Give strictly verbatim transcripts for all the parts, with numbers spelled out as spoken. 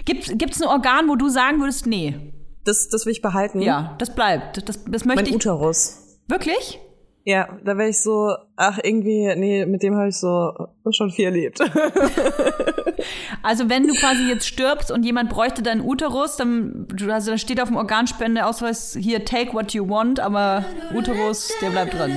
Gibt gibt's ein Organ, wo du sagen würdest, nee? Das, das will ich behalten. Ja, das bleibt. Das, das möchte mein ich. Uterus. Wirklich? Ja, da wäre ich so, ach irgendwie, nee, mit dem habe ich so schon viel erlebt. Also wenn du quasi jetzt stirbst und jemand bräuchte deinen Uterus, dann, also da steht auf dem Organspendeausweis hier, take what you want, aber Uterus, der bleibt drin.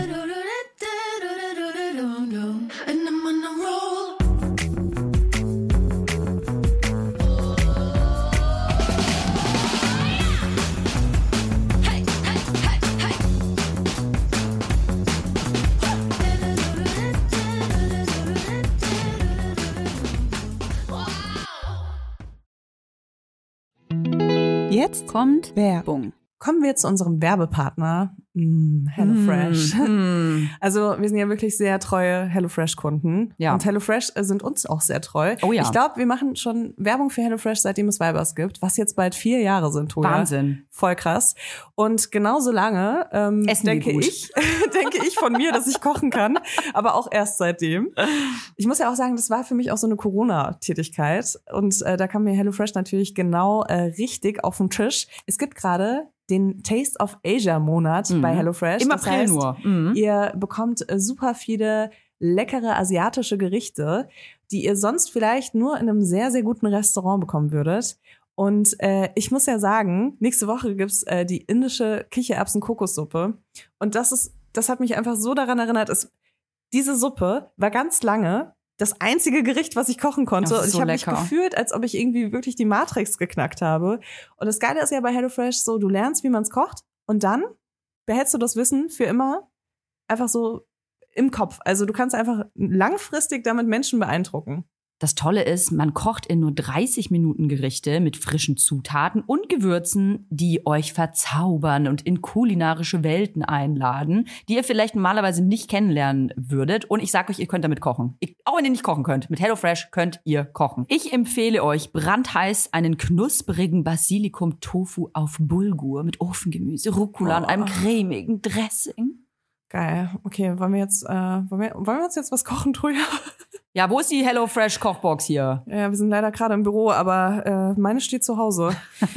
Jetzt kommt Werbung. Kommen wir zu unserem Werbepartner, mm, HelloFresh. Mm. Also wir sind ja wirklich sehr treue HelloFresh-Kunden. Ja. Und HelloFresh sind uns auch sehr treu. Oh ja. Ich glaube, wir machen schon Werbung für HelloFresh, seitdem es Vibers gibt, was jetzt bald vier Jahre sind, Toja. Wahnsinn. Voll krass. Und genauso lange ähm, Essen die denke gut. ich, denke ich von mir, dass ich kochen kann, aber auch erst seitdem. Ich muss ja auch sagen, das war für mich auch so eine Corona-Tätigkeit. Und äh, da kam mir HelloFresh natürlich genau äh, richtig auf den Tisch. Es gibt gerade den Taste of Asia Monat mhm. bei HelloFresh. Im das April heißt, nur. Mhm. Ihr bekommt äh, super viele leckere asiatische Gerichte, die ihr sonst vielleicht nur in einem sehr, sehr guten Restaurant bekommen würdet. Und äh, ich muss ja sagen, nächste Woche gibt's äh, die indische Kichererbsen-Kokossuppe. Und das ist, das hat mich einfach so daran erinnert, es, diese Suppe war ganz lange das einzige Gericht, was ich kochen konnte. Das Und ist ich so habe mich lecker. gefühlt, als ob ich irgendwie wirklich die Matrix geknackt habe. Und das Geile ist ja bei HelloFresh so, du lernst, wie man es kocht und dann behältst du das Wissen für immer einfach so im Kopf. Also du kannst einfach langfristig damit Menschen beeindrucken. Das Tolle ist, man kocht in nur dreißig Minuten Gerichte mit frischen Zutaten und Gewürzen, die euch verzaubern und in kulinarische Welten einladen, die ihr vielleicht normalerweise nicht kennenlernen würdet. Und ich sag euch, ihr könnt damit kochen. Ich, auch wenn ihr nicht kochen könnt, mit HelloFresh könnt ihr kochen. Ich empfehle euch brandheiß einen knusprigen Basilikum-Tofu auf Bulgur mit Ofengemüse, Rucola und einem cremigen Dressing. Geil. Okay, wollen wir jetzt, äh, wollen wir, wollen wir uns jetzt was kochen, Truja? Ja, wo ist die HelloFresh-Kochbox hier? Ja, wir sind leider gerade im Büro, aber äh, meine steht zu Hause.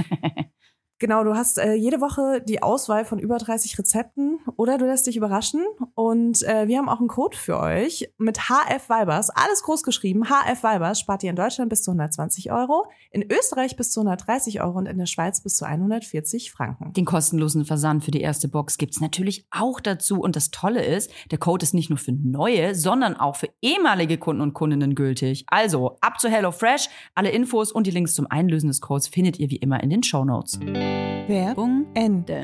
Genau, du hast äh, jede Woche die Auswahl von über dreißig Rezepten oder du lässt dich überraschen. Und äh, wir haben auch einen Code für euch mit H F Vibers, alles groß geschrieben. H F Vibers spart ihr in Deutschland bis zu hundertzwanzig Euro, in Österreich bis zu hundertdreißig Euro und in der Schweiz bis zu hundertvierzig Franken. Den kostenlosen Versand für die erste Box gibt's natürlich auch dazu. Und das Tolle ist, der Code ist nicht nur für neue, sondern auch für ehemalige Kunden und Kundinnen gültig. Also ab zu HelloFresh. Alle Infos und die Links zum Einlösen des Codes findet ihr wie immer in den Shownotes. Werbung Ende.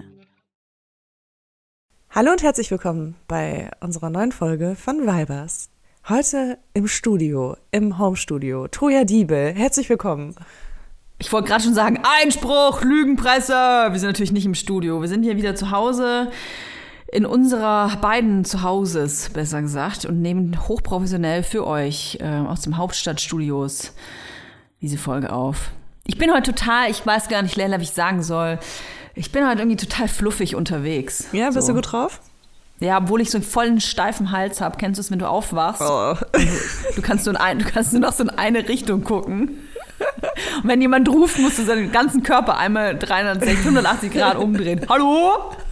Hallo und herzlich willkommen bei unserer neuen Folge von Vibers. Heute im Studio, im Homestudio, Toja Diebel. Herzlich willkommen. Ich wollte gerade schon sagen, Einspruch, Lügenpresse. Wir sind natürlich nicht im Studio. Wir sind hier wieder zu Hause, in unserer beiden Zuhauses, besser gesagt, und nehmen hochprofessionell für euch äh, aus dem Hauptstadtstudios diese Folge auf. Ich bin heute total, ich weiß gar nicht, Leila, wie ich sagen soll, ich bin heute irgendwie total fluffig unterwegs. Ja, bist so. du gut drauf? Ja, obwohl ich so einen vollen steifen Hals habe. Kennst du es, wenn du aufwachst? Oh. Du, du, kannst nur in ein, du kannst nur noch so in eine Richtung gucken. Und wenn jemand ruft, musst du seinen ganzen Körper einmal dreihundertsechzig, hundertachtzig Grad umdrehen. Hallo?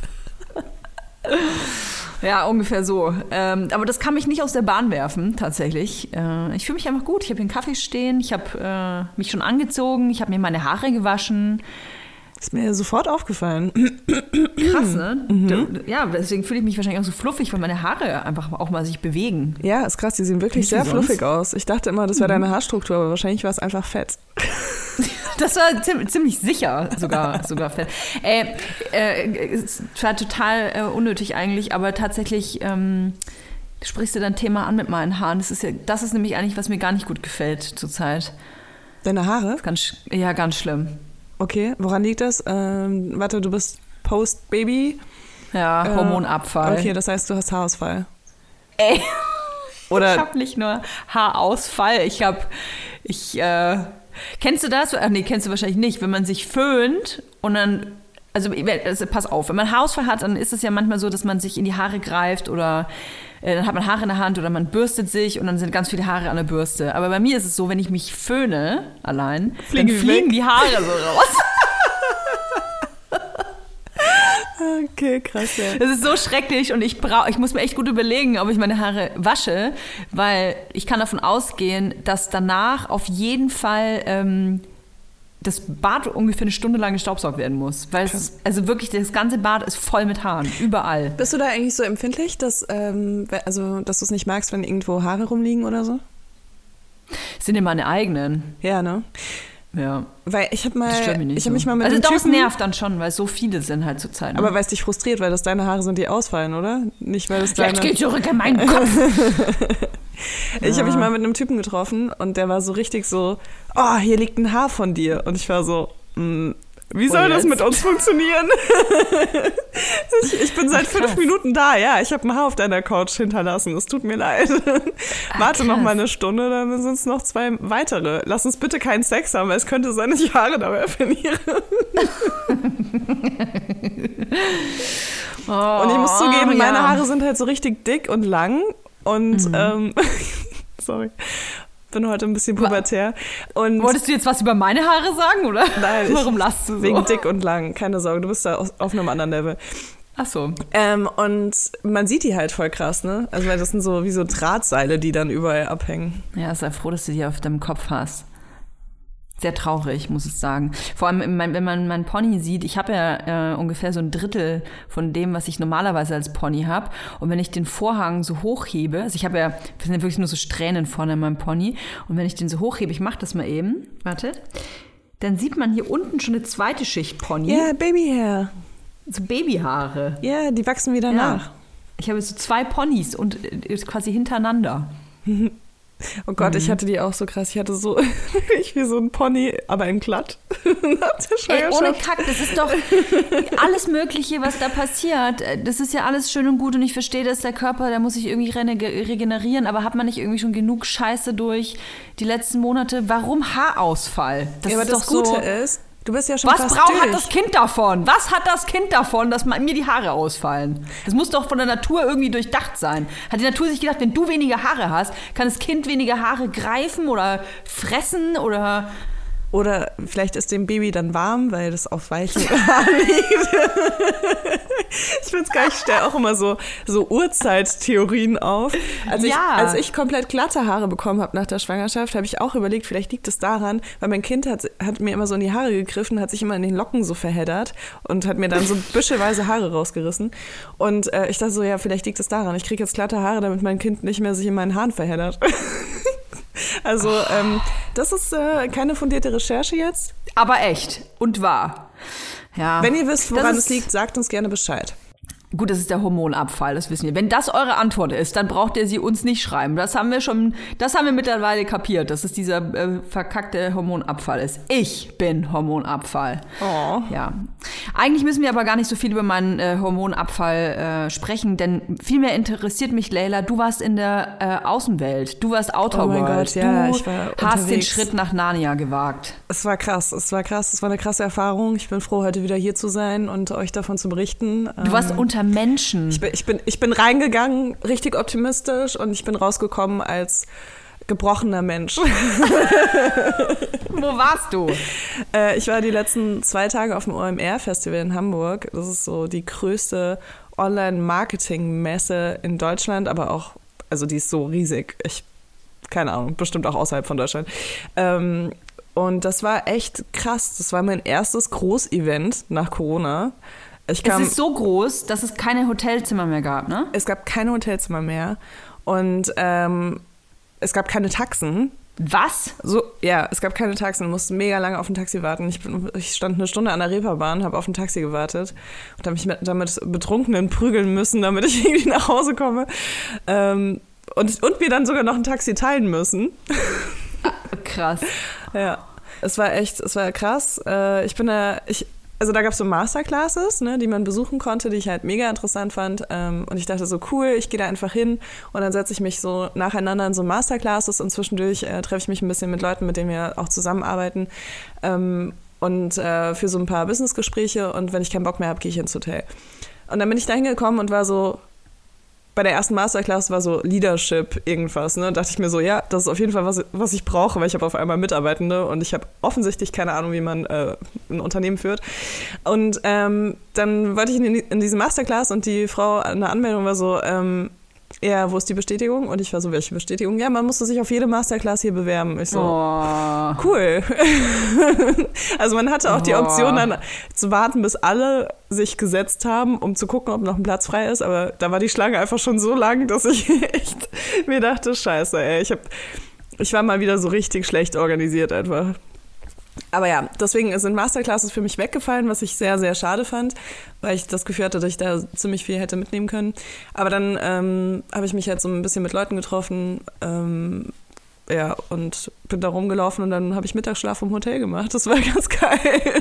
Ja, ungefähr so. Ähm, aber das kann mich nicht aus der Bahn werfen, tatsächlich. Äh, ich fühle mich einfach gut. Ich habe hier einen Kaffee stehen. Ich habe äh, mich schon angezogen. Ich habe mir meine Haare gewaschen. Ist mir sofort aufgefallen. Krass, ne? Mhm. Ja, deswegen fühle ich mich wahrscheinlich auch so fluffig, weil meine Haare einfach auch mal sich bewegen. Ja, ist krass. Die sehen wirklich Nicht sehr wie sonst. fluffig aus. Ich dachte immer, das wäre deine Haarstruktur, aber wahrscheinlich war es einfach Fett. Das war ziemlich, ziemlich sicher sogar, sogar fett. Äh, äh, es war total äh, unnötig eigentlich, aber tatsächlich ähm, sprichst du dein Thema an mit meinen Haaren. Das ist ja, das ist nämlich eigentlich, was mir gar nicht gut gefällt zurzeit. Deine Haare? Ganz, ja, ganz schlimm. Okay, woran liegt das? Ähm, warte, du bist Post-Baby? Ja, Äh, Hormonabfall. Okay, das heißt, du hast Haarausfall. Ey, Oder ich habe nicht nur Haarausfall, ich habe, ich, äh, kennst du das? Ach nee, kennst du wahrscheinlich nicht. Wenn man sich föhnt und dann also, also pass auf, wenn man Haarausfall hat, dann ist es ja manchmal so, dass man sich in die Haare greift oder äh, dann hat man Haare in der Hand oder man bürstet sich und dann sind ganz viele Haare an der Bürste. Aber bei mir ist es so, wenn ich mich föhne allein, fliegen dann fliegen die Haare so raus. Okay, krass, ja. Das ist so schrecklich und ich brauche, ich muss mir echt gut überlegen, ob ich meine Haare wasche, weil ich kann davon ausgehen, dass danach auf jeden Fall ähm, das Bad ungefähr eine Stunde lang gestaubsaugt werden muss. Weil es, also wirklich, das ganze Bad ist voll mit Haaren, überall. Bist du da eigentlich so empfindlich, dass, ähm, also, dass du es nicht magst, wenn irgendwo Haare rumliegen oder so? Das sind ja meine eigenen. Ja, ne? Ja. Weil ich habe mal, das stört mich nicht ich habe mich so. mal mit also einem doch, Typen, es nervt dann schon, weil so viele sind halt zur Zeit. Ne? Aber weil es dich frustriert, weil das deine Haare sind, die ausfallen, oder? Nicht, weil es deine... Jetzt geh zurück in meinen Kopf. Ich Ja. habe mich mal mit einem Typen getroffen und der war so richtig so, oh, hier liegt ein Haar von dir. Und ich war so, mm, wie soll das mit uns funktionieren? ich, ich bin seit Ach, fünf krass. Minuten da, ja. Ich habe ein Haar auf deiner Couch hinterlassen. Es tut mir leid. Ach, Warte noch krass. mal eine Stunde, dann sind es noch zwei weitere. Lass uns bitte keinen Sex haben, weil es könnte sein, dass ich Haare dabei verliere. Oh, Und ich muss zugeben, meine ja. Haare sind halt so richtig dick und lang. Und, Mhm. ähm, sorry, bin heute ein bisschen pubertär. Und Wolltest du jetzt was über meine Haare sagen, oder? Nein, ich- Warum lachst du so? wegen dick und lang, keine Sorge, du bist da auf, auf einem anderen Level. Ach so. Ähm, und man sieht die halt voll krass, ne? Also weil das sind so wie so Drahtseile, die dann überall abhängen. Ja, sei froh, dass du die auf deinem Kopf hast. Sehr traurig, muss ich sagen. Vor allem, wenn man, wenn man meinen Pony sieht, ich habe ja äh, ungefähr so ein Drittel von dem, was ich normalerweise als Pony habe. Und wenn ich den Vorhang so hochhebe, also ich habe ja, das sind ja wirklich nur so Strähnen vorne an meinem Pony. Und wenn ich den so hochhebe, ich mache das mal eben, warte, dann sieht man hier unten schon eine zweite Schicht Pony. Ja, Babyhair. So Babyhaare. Ja, die wachsen wieder Ja. nach. Ich habe so zwei Ponys und äh, quasi hintereinander. Oh Gott, Mhm. ich hatte die auch so krass. Ich hatte so, ich wie so ein Pony, aber in glatt. Nach der Ey, ohne Schwangerschaft. Kack, das ist doch alles Mögliche, was da passiert. Das ist ja alles schön und gut und ich verstehe, dass der Körper, der muss sich irgendwie rene- regenerieren, aber hat man nicht irgendwie schon genug Scheiße durch die letzten Monate? Warum Haarausfall? Das Ja, aber ist das doch Gute so. ist, du bist ja schon Was fast braucht durch. hat das Kind davon? Was hat das Kind davon, dass man, mir die Haare ausfallen? Das muss doch von der Natur irgendwie durchdacht sein. Hat die Natur sich gedacht, wenn du weniger Haare hast, kann das Kind weniger Haare greifen oder fressen oder... Oder vielleicht ist dem Baby dann warm, weil das auf weichen Haaren liegt. Ich find's geil, ich stelle auch immer so, so Urzeittheorien auf. Als, ich, Ja. als ich komplett glatte Haare bekommen habe nach der Schwangerschaft, habe ich auch überlegt, vielleicht liegt es daran, weil mein Kind hat, hat mir immer so in die Haare gegriffen, hat sich immer in den Locken so verheddert und hat mir dann so büschelweise Haare rausgerissen. Und äh, ich dachte so, ja, vielleicht liegt es daran. Ich kriege jetzt glatte Haare, damit mein Kind nicht mehr sich in meinen Haaren verheddert. Also, ähm, das ist äh, keine fundierte Recherche jetzt. Aber echt und wahr. Ja. Wenn ihr wisst, Das woran ist- es liegt, sagt uns gerne Bescheid. Gut, das ist der Hormonabfall, das wissen wir. Wenn das eure Antwort ist, dann braucht ihr sie uns nicht schreiben. Das haben wir schon, das haben wir mittlerweile kapiert, dass es dieser äh, verkackte Hormonabfall ist. Ich bin Hormonabfall. Oh. Ja. Eigentlich müssen wir aber gar nicht so viel über meinen äh, Hormonabfall äh, sprechen, denn vielmehr interessiert mich, Leila, du warst in der äh, Außenwelt. Du warst Outer Oh mein World. Gott, ja, du ich war hast den unterwegs. Schritt nach Narnia gewagt. Es war krass, es war krass, es war eine krasse Erfahrung. Ich bin froh, heute wieder hier zu sein und euch davon zu berichten. Du warst Ähm, unter Menschen. ich bin, ich bin, ich bin reingegangen, richtig optimistisch, und ich bin rausgekommen als gebrochener Mensch. Wo warst du? Äh, ich war die letzten zwei Tage auf dem O M R-Festival in Hamburg. Das ist so die größte Online-Marketing-Messe in Deutschland, aber auch, also die ist so riesig. Ich, keine Ahnung, bestimmt auch außerhalb von Deutschland. Ähm, und das war echt krass. Das war mein erstes Großevent nach Corona. Ich Es kam, ist so groß, dass es keine Hotelzimmer mehr gab, ne? es gab keine Hotelzimmer mehr und ähm, es gab keine Taxen. Was? So, ja, es gab keine Taxen, musste mega lange auf ein Taxi warten. Ich, bin, ich stand eine Stunde an der Reeperbahn, habe auf ein Taxi gewartet und habe mich mit, damit Betrunkenen prügeln müssen, damit ich irgendwie nach Hause komme. Ähm, und, und wir dann sogar noch ein Taxi teilen müssen. Krass. Ja, es war echt, es war krass. Äh, ich bin da, ich, also da gab es so Masterclasses, ne, die man besuchen konnte, die ich halt mega interessant fand. Ähm, und ich dachte so, cool, ich gehe da einfach hin und dann setze ich mich so nacheinander in so Masterclasses und zwischendurch äh, treffe ich mich ein bisschen mit Leuten, mit denen wir auch zusammenarbeiten. Ähm, und äh, für so ein paar Businessgespräche und wenn ich keinen Bock mehr habe, gehe ich ins Hotel. Und dann bin ich da hingekommen und war so, bei der ersten Masterclass war so Leadership irgendwas, ne? Da dachte ich mir so, ja, das ist auf jeden Fall was, was ich brauche, weil ich habe auf einmal Mitarbeitende und ich habe offensichtlich keine Ahnung, wie man äh, ein Unternehmen führt. Und ähm, dann wollte ich in, in diese Masterclass und die Frau an der Anmeldung war so, ähm, ja, wo ist die Bestätigung? Und ich war so, welche Bestätigung? Ja, man musste sich auf jede Masterclass hier bewerben. Ich so, oh. Cool. Also man hatte auch oh. die Option, dann zu warten, bis alle sich gesetzt haben, um zu gucken, ob noch ein Platz frei ist. Aber da war die Schlange einfach schon so lang, dass ich echt mir dachte, scheiße, ey, ich, hab, ich war mal wieder so richtig schlecht organisiert einfach. Aber ja, deswegen sind Masterclasses für mich weggefallen, was ich sehr, sehr schade fand, weil ich das Gefühl hatte, dass ich da ziemlich viel hätte mitnehmen können. Aber dann ähm, habe ich mich halt so ein bisschen mit Leuten getroffen, ähm, ja, und bin da rumgelaufen und dann habe ich Mittagsschlaf im Hotel gemacht. Das war ganz geil.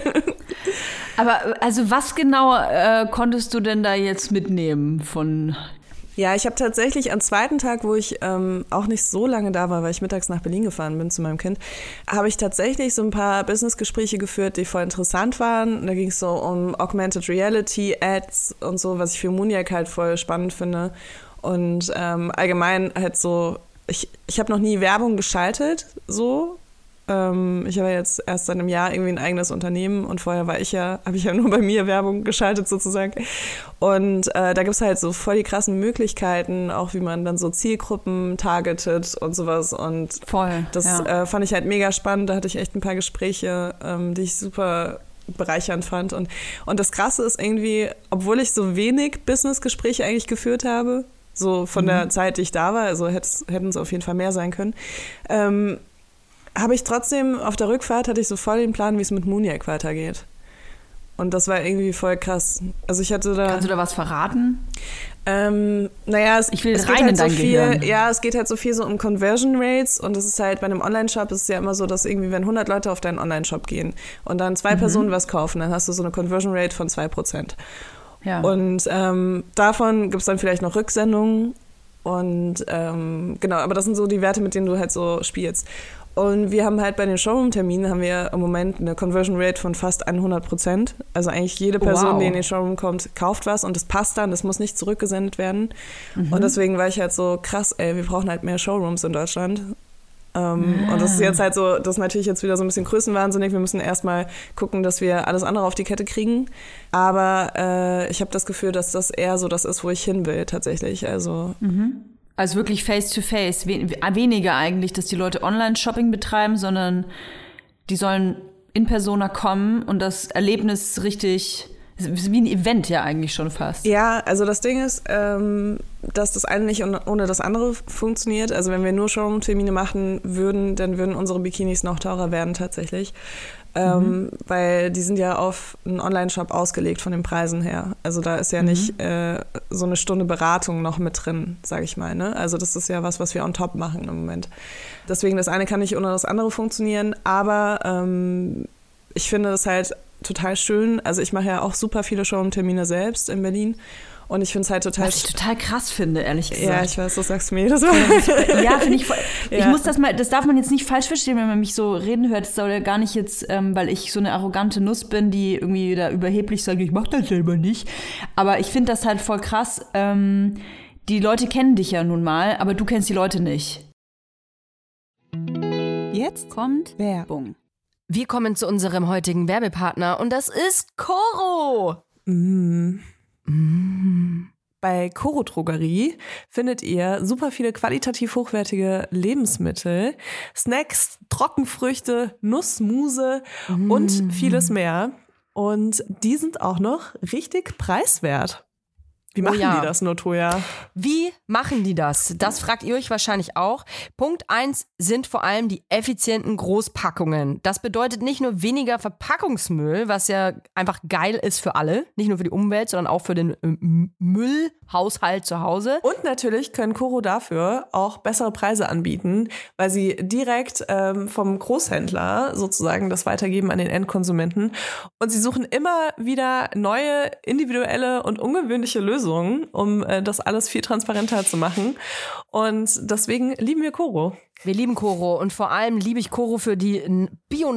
Aber also was genau äh, konntest du denn da jetzt mitnehmen von... Ja, ich habe tatsächlich am zweiten Tag, wo ich ähm, auch nicht so lange da war, weil ich mittags nach Berlin gefahren bin zu meinem Kind, habe ich tatsächlich so ein paar Businessgespräche geführt, die voll interessant waren. Da ging es so um Augmented Reality Ads und so, was ich für Mooniac halt voll spannend finde. Und ähm, allgemein halt so, ich, ich habe noch nie Werbung geschaltet, so. Ähm, ich habe jetzt erst seit einem Jahr irgendwie ein eigenes Unternehmen und vorher war ich ja, habe ich ja nur bei mir Werbung geschaltet sozusagen. Und äh, da gibt es halt so voll die krassen Möglichkeiten, auch wie man dann so Zielgruppen targetet und sowas. Und voll, das ja. äh, fand ich halt mega spannend. Da hatte ich echt ein paar Gespräche, ähm, die ich super bereichernd fand. Und, und das Krasse ist irgendwie, obwohl ich so wenig Businessgespräche eigentlich geführt habe, so von mhm. der Zeit, die ich da war, also hätten es auf jeden Fall mehr sein können, ähm, habe ich trotzdem, auf der Rückfahrt hatte ich so voll den Plan, wie es mit Mooniac weitergeht. Und das war irgendwie voll krass. Also ich hatte da... Kannst du da was verraten? Ähm, naja, es, ich will es rein geht halt in so dein viel, Gehirn. Ja, es geht halt so viel so um Conversion Rates und das ist halt bei einem Online-Shop ist es ja immer so, dass irgendwie, wenn hundert Leute auf deinen Online-Shop gehen und dann zwei mhm. Personen was kaufen, dann hast du so eine Conversion Rate von zwei Prozent. Ja. Und ähm, davon gibt es dann vielleicht noch Rücksendungen und ähm, genau, aber das sind so die Werte, mit denen du halt so spielst. Und wir haben halt bei den Showroom-Terminen haben wir im Moment eine Conversion Rate von fast hundert Prozent. Also eigentlich jede Person, wow. die in den Showroom kommt, kauft was und das passt dann, das muss nicht zurückgesendet werden. Mhm. Und deswegen war ich halt so, krass, ey, wir brauchen halt mehr Showrooms in Deutschland. Ähm, ah. Und das ist jetzt halt so, das ist natürlich jetzt wieder so ein bisschen größenwahnsinnig. Wir müssen erstmal gucken, dass wir alles andere auf die Kette kriegen. Aber äh, ich habe das Gefühl, dass das eher so das ist, wo ich hin will tatsächlich. Also mhm. Also wirklich face-to-face, weniger eigentlich, dass die Leute Online-Shopping betreiben, sondern die sollen in Persona kommen und das Erlebnis richtig, wie ein Event ja eigentlich schon fast. Ja, also das Ding ist, ähm, dass das eine nicht ohne das andere funktioniert. Also wenn wir nur Showroom-Termine machen würden, dann würden unsere Bikinis noch teurer werden tatsächlich. Ähm, mhm. Weil die sind ja auf einen Online-Shop ausgelegt von den Preisen her. Also da ist ja mhm. nicht äh, so eine Stunde Beratung noch mit drin, sage ich mal. Ne? Also das ist ja was, was wir on top machen im Moment. Deswegen, das eine kann nicht ohne das andere funktionieren, aber ähm, ich finde das halt total schön. Also ich mache ja auch super viele Showroom-Termine selbst in Berlin. Und ich finde es halt total... Was ich total krass finde, ehrlich gesagt. Ja, ich weiß, das sagst du mir jedes Mal. Ja, finde ich voll... Ja. Ich muss das mal... Das darf man jetzt nicht falsch verstehen, wenn man mich so reden hört. Das soll ja gar nicht jetzt, ähm, weil ich so eine arrogante Nuss bin, die irgendwie da überheblich sagt, ich mach das selber nicht. Aber ich finde das halt voll krass. Ähm, die Leute kennen dich ja nun mal, aber du kennst die Leute nicht. Jetzt kommt Werbung. Wir kommen zu unserem heutigen Werbepartner und das ist Coro. Mm. Mm. Bei Coro Drogerie findet ihr super viele qualitativ hochwertige Lebensmittel, Snacks, Trockenfrüchte, Nussmuse mm. und vieles mehr. Und die sind auch noch richtig preiswert. Wie machen oh ja. die das, Notoya? Wie machen die das? Das fragt ihr euch wahrscheinlich auch. Punkt eins sind vor allem die effizienten Großpackungen. Das bedeutet nicht nur weniger Verpackungsmüll, was ja einfach geil ist für alle. Nicht nur für die Umwelt, sondern auch für den ähm, Müllhaushalt zu Hause. Und natürlich können Coro dafür auch bessere Preise anbieten, weil sie direkt ähm, vom Großhändler sozusagen das weitergeben an den Endkonsumenten. Und sie suchen immer wieder neue, individuelle und ungewöhnliche Lösungen, um äh, das alles viel transparenter zu machen. Und deswegen lieben wir Coro. Wir lieben Coro und vor allem liebe ich Coro für die Bionut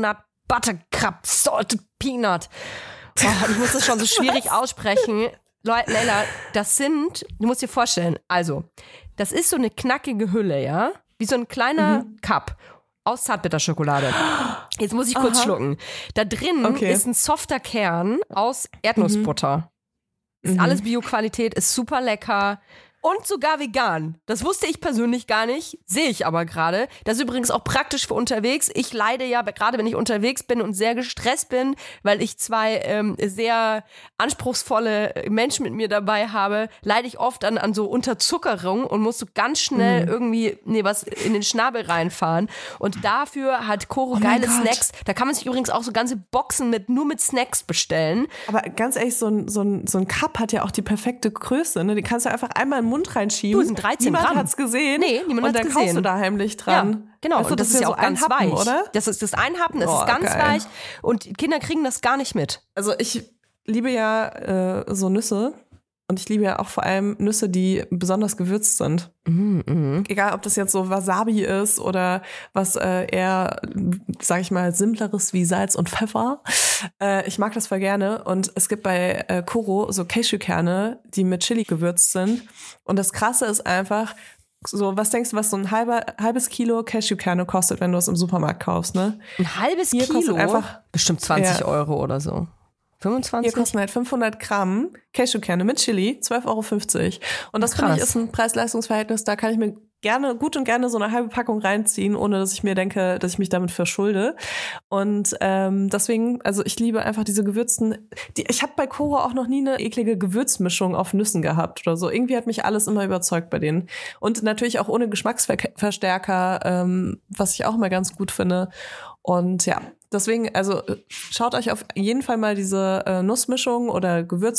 Buttercup Salted Peanut. Oh, ich muss das schon so schwierig aussprechen. Leute, Leila, das sind, du musst dir vorstellen, also, das ist so eine knackige Hülle, ja? Wie so ein kleiner mhm. Cup aus Zartbitterschokolade. Jetzt muss ich kurz Aha. schlucken. Da drin okay. ist ein softer Kern aus Erdnussbutter. Mhm. Ist alles Bio-Qualität, ist super lecker. Und sogar vegan. Das wusste ich persönlich gar nicht, sehe ich aber gerade. Das ist übrigens auch praktisch für unterwegs. Ich leide ja, gerade wenn ich unterwegs bin und sehr gestresst bin, weil ich zwei ähm, sehr anspruchsvolle Menschen mit mir dabei habe, leide ich oft an, an so Unterzuckerung und muss so ganz schnell mhm. irgendwie nee, was in den Schnabel reinfahren. Und dafür hat Koro oh geile Snacks. Da kann man sich übrigens auch so ganze Boxen mit nur mit Snacks bestellen. Aber ganz ehrlich, so ein, so ein, so ein Cup hat ja auch die perfekte Größe. Ne? Die kannst du einfach einmal im Mund reinschieben. Du, sind dreizehn niemand Gramm. Hat's gesehen. Nee, niemand hat's gesehen. Und dann kaufst du da heimlich dran. Ja, genau. Weißt du, und das, das ist ja so auch ganz Happen, weich. Oder? Das ist das Einhappen, das oh, ist ganz geil. weich. Und Kinder kriegen das gar nicht mit. Also ich liebe ja äh, so Nüsse. Und ich liebe ja auch vor allem Nüsse, die besonders gewürzt sind. Mhm, mh. Egal, ob das jetzt so Wasabi ist oder was äh, eher, sag ich mal, simpleres wie Salz und Pfeffer. Äh, ich mag das voll gerne. Und es gibt bei äh, Koro so Cashewkerne, die mit Chili gewürzt sind. Und das Krasse ist einfach, so, was denkst du, was so ein halber, halbes Kilo Cashewkerne kostet, wenn du es im Supermarkt kaufst, ne? Ein halbes Hier Kilo? Einfach, bestimmt zwanzig ja. Euro oder so. fünfundzwanzig? Hier kosten halt fünfhundert Gramm Cashewkerne mit Chili, zwölf Euro fünfzig. Und das finde ich ist ein Preis-Leistungs-Verhältnis, da kann ich mir gerne, gut und gerne so eine halbe Packung reinziehen, ohne dass ich mir denke, dass ich mich damit verschulde. Und ähm, deswegen, also ich liebe einfach diese gewürzten, die, ich habe bei Koro auch noch nie eine eklige Gewürzmischung auf Nüssen gehabt oder so. Irgendwie hat mich alles immer überzeugt bei denen. Und natürlich auch ohne Geschmacksverstärker, ähm, was ich auch immer ganz gut finde. Und ja, deswegen, also schaut euch auf jeden Fall mal diese äh, Nussmischung oder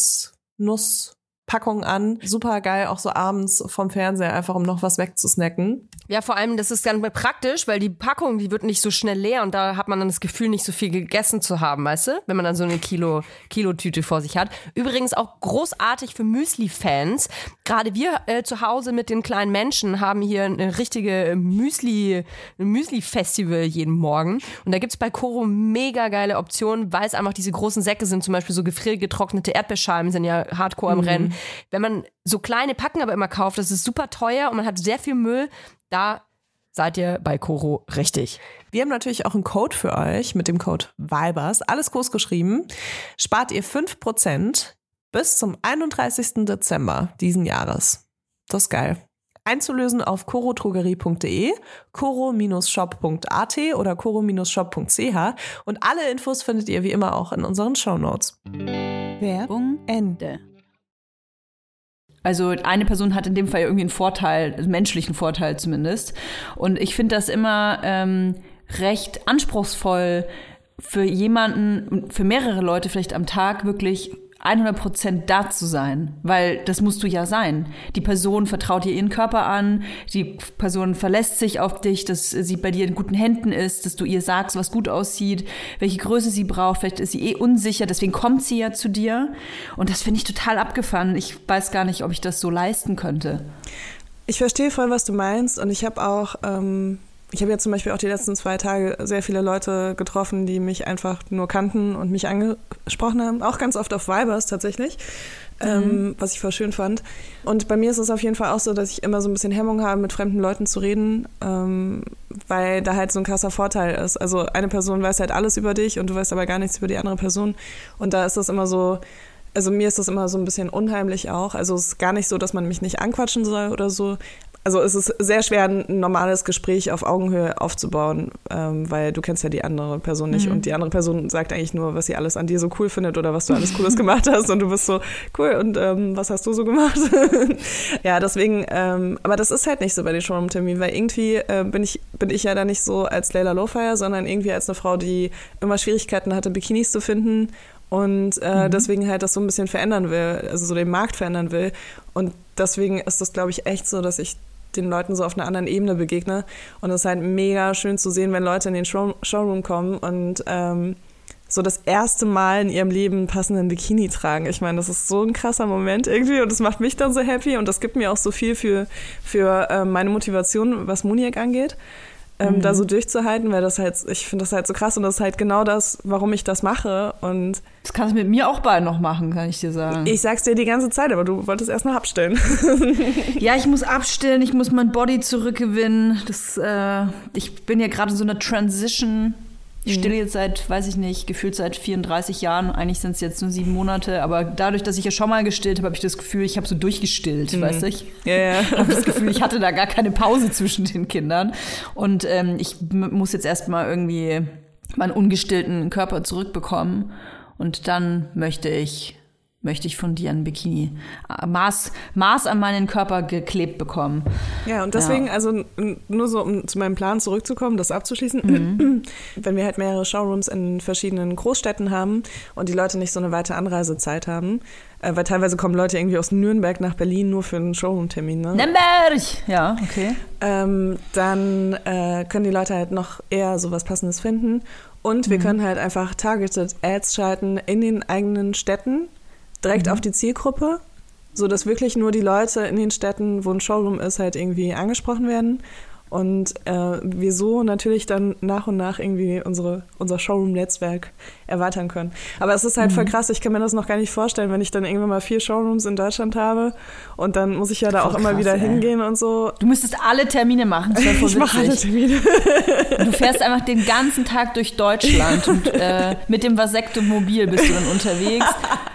Gewürznusspackung an. Super geil, auch so abends vom Fernseher, einfach um noch was wegzusnacken. Ja, vor allem, das ist ganz praktisch, weil die Packung, die wird nicht so schnell leer und da hat man dann das Gefühl, nicht so viel gegessen zu haben, weißt du? Wenn man dann so eine Kilo, Kilo-Tüte vor sich hat. Übrigens auch großartig für Müsli-Fans. Gerade wir äh, zu Hause mit den kleinen Menschen haben hier eine richtige Müsli, ein Müsli-Festival jeden Morgen. Und da gibt's bei Koro mega geile Optionen, weil es einfach diese großen Säcke sind, zum Beispiel so gefriergetrocknete Erdbeerscheiben sind ja hardcore am Mhm. Rennen. Wenn man so kleine Packen aber immer kauft, das ist super teuer und man hat sehr viel Müll. Da seid ihr bei Koro richtig. Wir haben natürlich auch einen Code für euch mit dem Code VIBERS. Alles groß geschrieben. Spart ihr fünf Prozent bis zum einunddreißigsten Dezember diesen Jahres. Das ist geil. Einzulösen auf korotrogerie punkt de, koro-shop punkt at oder koro-shop punkt ch. Und alle Infos findet ihr wie immer auch in unseren Shownotes. Werbung Ende. Also eine Person hat in dem Fall irgendwie einen Vorteil, einen menschlichen Vorteil zumindest. Und ich finde das immer ähm, recht anspruchsvoll für jemanden, für mehrere Leute vielleicht am Tag wirklich hundert Prozent da zu sein, weil das musst du ja sein. Die Person vertraut dir ihren Körper an, die Person verlässt sich auf dich, dass sie bei dir in guten Händen ist, dass du ihr sagst, was gut aussieht, welche Größe sie braucht, vielleicht ist sie eh unsicher, deswegen kommt sie ja zu dir. Und das finde ich total abgefahren. Ich weiß gar nicht, ob ich das so leisten könnte. Ich verstehe voll, was du meinst, und ich habe auch ähm Ich habe ja zum Beispiel auch die letzten zwei Tage sehr viele Leute getroffen, die mich einfach nur kannten und mich angesprochen haben. Auch ganz oft auf Vibers tatsächlich, mhm. ähm, was ich voll schön fand. Und bei mir ist es auf jeden Fall auch so, dass ich immer so ein bisschen Hemmung habe, mit fremden Leuten zu reden, ähm, weil da halt so ein krasser Vorteil ist. Also eine Person weiß halt alles über dich und du weißt aber gar nichts über die andere Person. Und da ist das immer so... Also mir ist das immer so ein bisschen unheimlich auch. Also es ist gar nicht so, dass man mich nicht anquatschen soll oder so. Also es ist sehr schwer, ein normales Gespräch auf Augenhöhe aufzubauen, ähm, weil du kennst ja die andere Person nicht. Mhm. Und die andere Person sagt eigentlich nur, was sie alles an dir so cool findet oder was du alles Cooles gemacht hast. Und du bist so, cool, und ähm, was hast du so gemacht? Ja, deswegen, ähm, aber das ist halt nicht so bei den Showroom-Terminen, weil irgendwie äh, bin ich bin ich ja da nicht so als Layla Lowfire, sondern irgendwie als eine Frau, die immer Schwierigkeiten hatte, Bikinis zu finden. Und äh, mhm. deswegen halt das so ein bisschen verändern will, also so den Markt verändern will. Und deswegen ist das, glaube ich, echt so, dass ich den Leuten so auf einer anderen Ebene begegne. Und es ist halt mega schön zu sehen, wenn Leute in den Show- Showroom kommen und ähm, so das erste Mal in ihrem Leben einen passenden Bikini tragen. Ich meine, das ist so ein krasser Moment irgendwie und das macht mich dann so happy und das gibt mir auch so viel für, für äh, meine Motivation, was Muniek angeht. ähm, mhm. da so durchzuhalten, weil das halt, ich finde das halt so krass und das ist halt genau das, warum ich das mache. Und das kannst du mit mir auch bald noch machen, kann ich dir sagen. Ich sag's dir die ganze Zeit, aber du wolltest erst noch abstellen. Ja, ich muss abstillen, ich muss mein Body zurückgewinnen. Das, äh, ich bin ja gerade in so einer Transition. Ich stille jetzt seit, weiß ich nicht, gefühlt seit vierunddreißig Jahren. Eigentlich sind es jetzt nur sieben Monate. Aber dadurch, dass ich ja schon mal gestillt habe, habe ich das Gefühl, ich habe so durchgestillt, mhm. weißt du? Ich ja, ja. habe das Gefühl, ich hatte da gar keine Pause zwischen den Kindern. Und ähm, ich m- muss jetzt erstmal irgendwie meinen ungestillten Körper zurückbekommen. Und dann möchte ich... möchte ich von dir ein Bikini Maß, Maß an meinen Körper geklebt bekommen. Ja, und deswegen, ja. also n- nur so, um zu meinem Plan zurückzukommen, das abzuschließen, mhm. wenn wir halt mehrere Showrooms in verschiedenen Großstädten haben und die Leute nicht so eine weite Anreisezeit haben, äh, weil teilweise kommen Leute irgendwie aus Nürnberg nach Berlin nur für einen Showroom-Termin. Ne? Nürnberg! Ja, okay. Ähm, dann äh, können die Leute halt noch eher sowas Passendes finden und wir mhm. können halt einfach targeted Ads schalten in den eigenen Städten, direkt mhm. auf die Zielgruppe, sodass wirklich nur die Leute in den Städten, wo ein Showroom ist, halt irgendwie angesprochen werden und äh, wir so natürlich dann nach und nach irgendwie unsere, unser Showroom-Netzwerk erweitern können. Aber es ist halt mhm. voll krass, ich kann mir das noch gar nicht vorstellen, wenn ich dann irgendwann mal vier Showrooms in Deutschland habe und dann muss ich ja da voll auch krass, immer wieder ey. hingehen und so. Du müsstest alle Termine machen, das wäre voll Ich mache alle Termine. Du fährst einfach den ganzen Tag durch Deutschland und äh, mit dem Vasektomobil bist du dann unterwegs.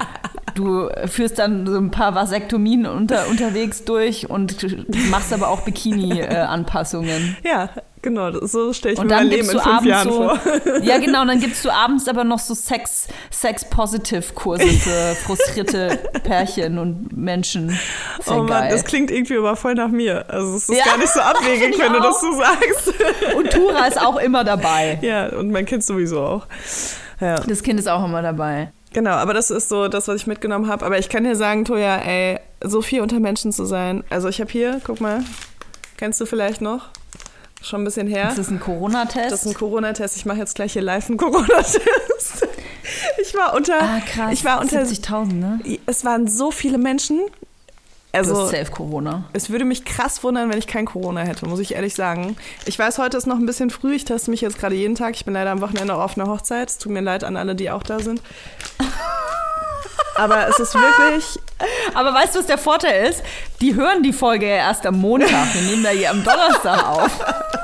Du führst dann so ein paar Vasektomien unter, unterwegs durch und machst aber auch Bikini-Anpassungen. Äh, ja, genau. So stelle ich und mir mein Leben in fünf Jahren so, vor. Ja, genau. Und dann gibst du abends aber noch so Sex, Sex-Positive-Kurse für frustrierte Pärchen und Menschen. Sehr oh Mann, geil. Das klingt irgendwie aber voll nach mir. Also es ist ja, gar nicht so abwegig, wenn du das so sagst. Und Tura ist auch immer dabei. Ja, und mein Kind sowieso auch. Ja. Das Kind ist auch immer dabei. Genau, aber das ist so das, was ich mitgenommen habe. Aber ich kann dir sagen, Toja, ey, so viel unter Menschen zu sein. Also ich habe hier, guck mal, kennst du vielleicht noch? Schon ein bisschen her. Das ist ein Corona-Test? Das ist ein Corona-Test. Ich mache jetzt gleich hier live einen Corona-Test. Ich war unter... Ah, krass. Ich war unter siebzigtausend, ne? Es waren so viele Menschen. Also, du hast safe Corona. Es würde mich krass wundern, wenn ich kein Corona hätte, muss ich ehrlich sagen. Ich weiß, heute ist noch ein bisschen früh. Ich teste mich jetzt gerade jeden Tag. Ich bin leider am Wochenende auch auf einer Hochzeit. Es tut mir leid an alle, die auch da sind. Aber es ist wirklich... Aber weißt du, was der Vorteil ist? Die hören die Folge ja erst am Montag. Wir nehmen da hier am Donnerstag auf.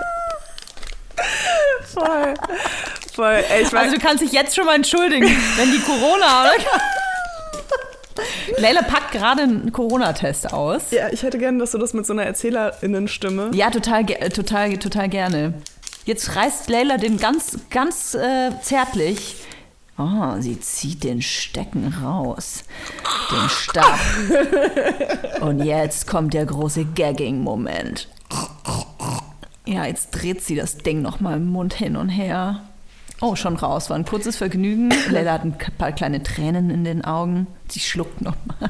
Voll. Voll. Ey, ich also du kannst dich jetzt schon mal entschuldigen, wenn die Corona haben. Leila packt gerade einen Corona-Test aus. Ja, ich hätte gerne, dass du das mit so einer ErzählerInnen-Stimme... Ja, total, total, total gerne. Jetzt reißt Leila den ganz, ganz äh, zärtlich... Oh, sie zieht den Stecken raus. Den Stab. Und jetzt kommt der große Gagging-Moment. Ja, jetzt dreht sie das Ding nochmal im Mund hin und her. Oh, schon raus. War ein kurzes Vergnügen. Leila hat ein paar kleine Tränen in den Augen. Sie schluckt nochmal.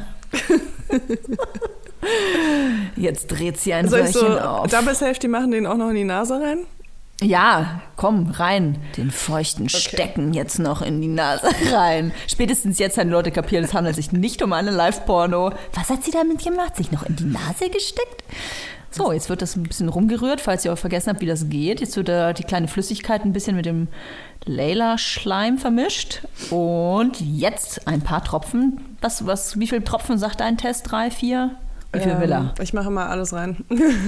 Jetzt dreht sie ein Soll ich Röhrchen so auf. Double Safety machen, den auch noch in die Nase rein? Ja, komm, rein. Den feuchten okay. Stecken jetzt noch in die Nase rein. Spätestens jetzt haben die Leute kapiert, es handelt sich nicht um eine Live-Porno. Was hat sie damit gemacht? Sich noch in die Nase gesteckt? So, jetzt wird das ein bisschen rumgerührt, falls ihr auch vergessen habt, wie das geht. Jetzt wird da die kleine Flüssigkeit ein bisschen mit dem Leila-Schleim vermischt. Und jetzt ein paar Tropfen. Was, was, wie viele Tropfen sagt dein Test? Drei, vier? Wie viel ähm, will er? Ich mache mal alles rein.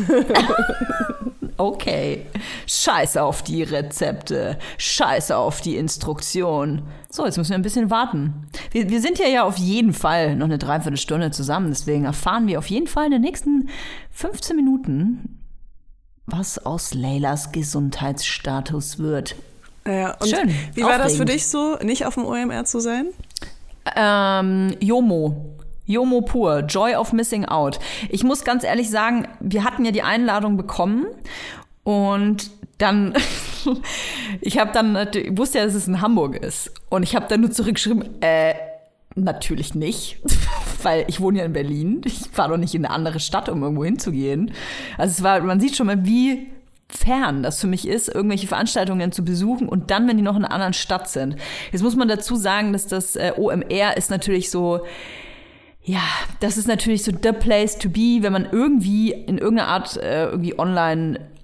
Okay. Scheiß auf die Rezepte. Scheiß auf die Instruktion. So, jetzt müssen wir ein bisschen warten. Wir, wir sind ja ja auf jeden Fall noch eine Dreiviertelstunde zusammen. Deswegen erfahren wir auf jeden Fall in den nächsten fünfzehn Minuten, was aus Leilas Gesundheitsstatus wird. Ja, und schön. Wie war das für dich so, nicht auf dem O M R zu sein? Ähm, JOMO. JOMO pur, Joy of Missing Out. Ich muss ganz ehrlich sagen, wir hatten ja die Einladung bekommen und dann, ich habe dann, ich wusste ja, dass es in Hamburg ist und ich habe dann nur zurückgeschrieben, äh, natürlich nicht, weil ich wohne ja in Berlin. Ich fahre doch nicht in eine andere Stadt, um irgendwo hinzugehen. Also es war, man sieht schon mal, wie fern das für mich ist, irgendwelche Veranstaltungen zu besuchen und dann, wenn die noch in einer anderen Stadt sind. Jetzt muss man dazu sagen, dass das äh, O M R ist natürlich so, ja, das ist natürlich so the place to be, wenn man irgendwie in irgendeiner Art äh, irgendwie online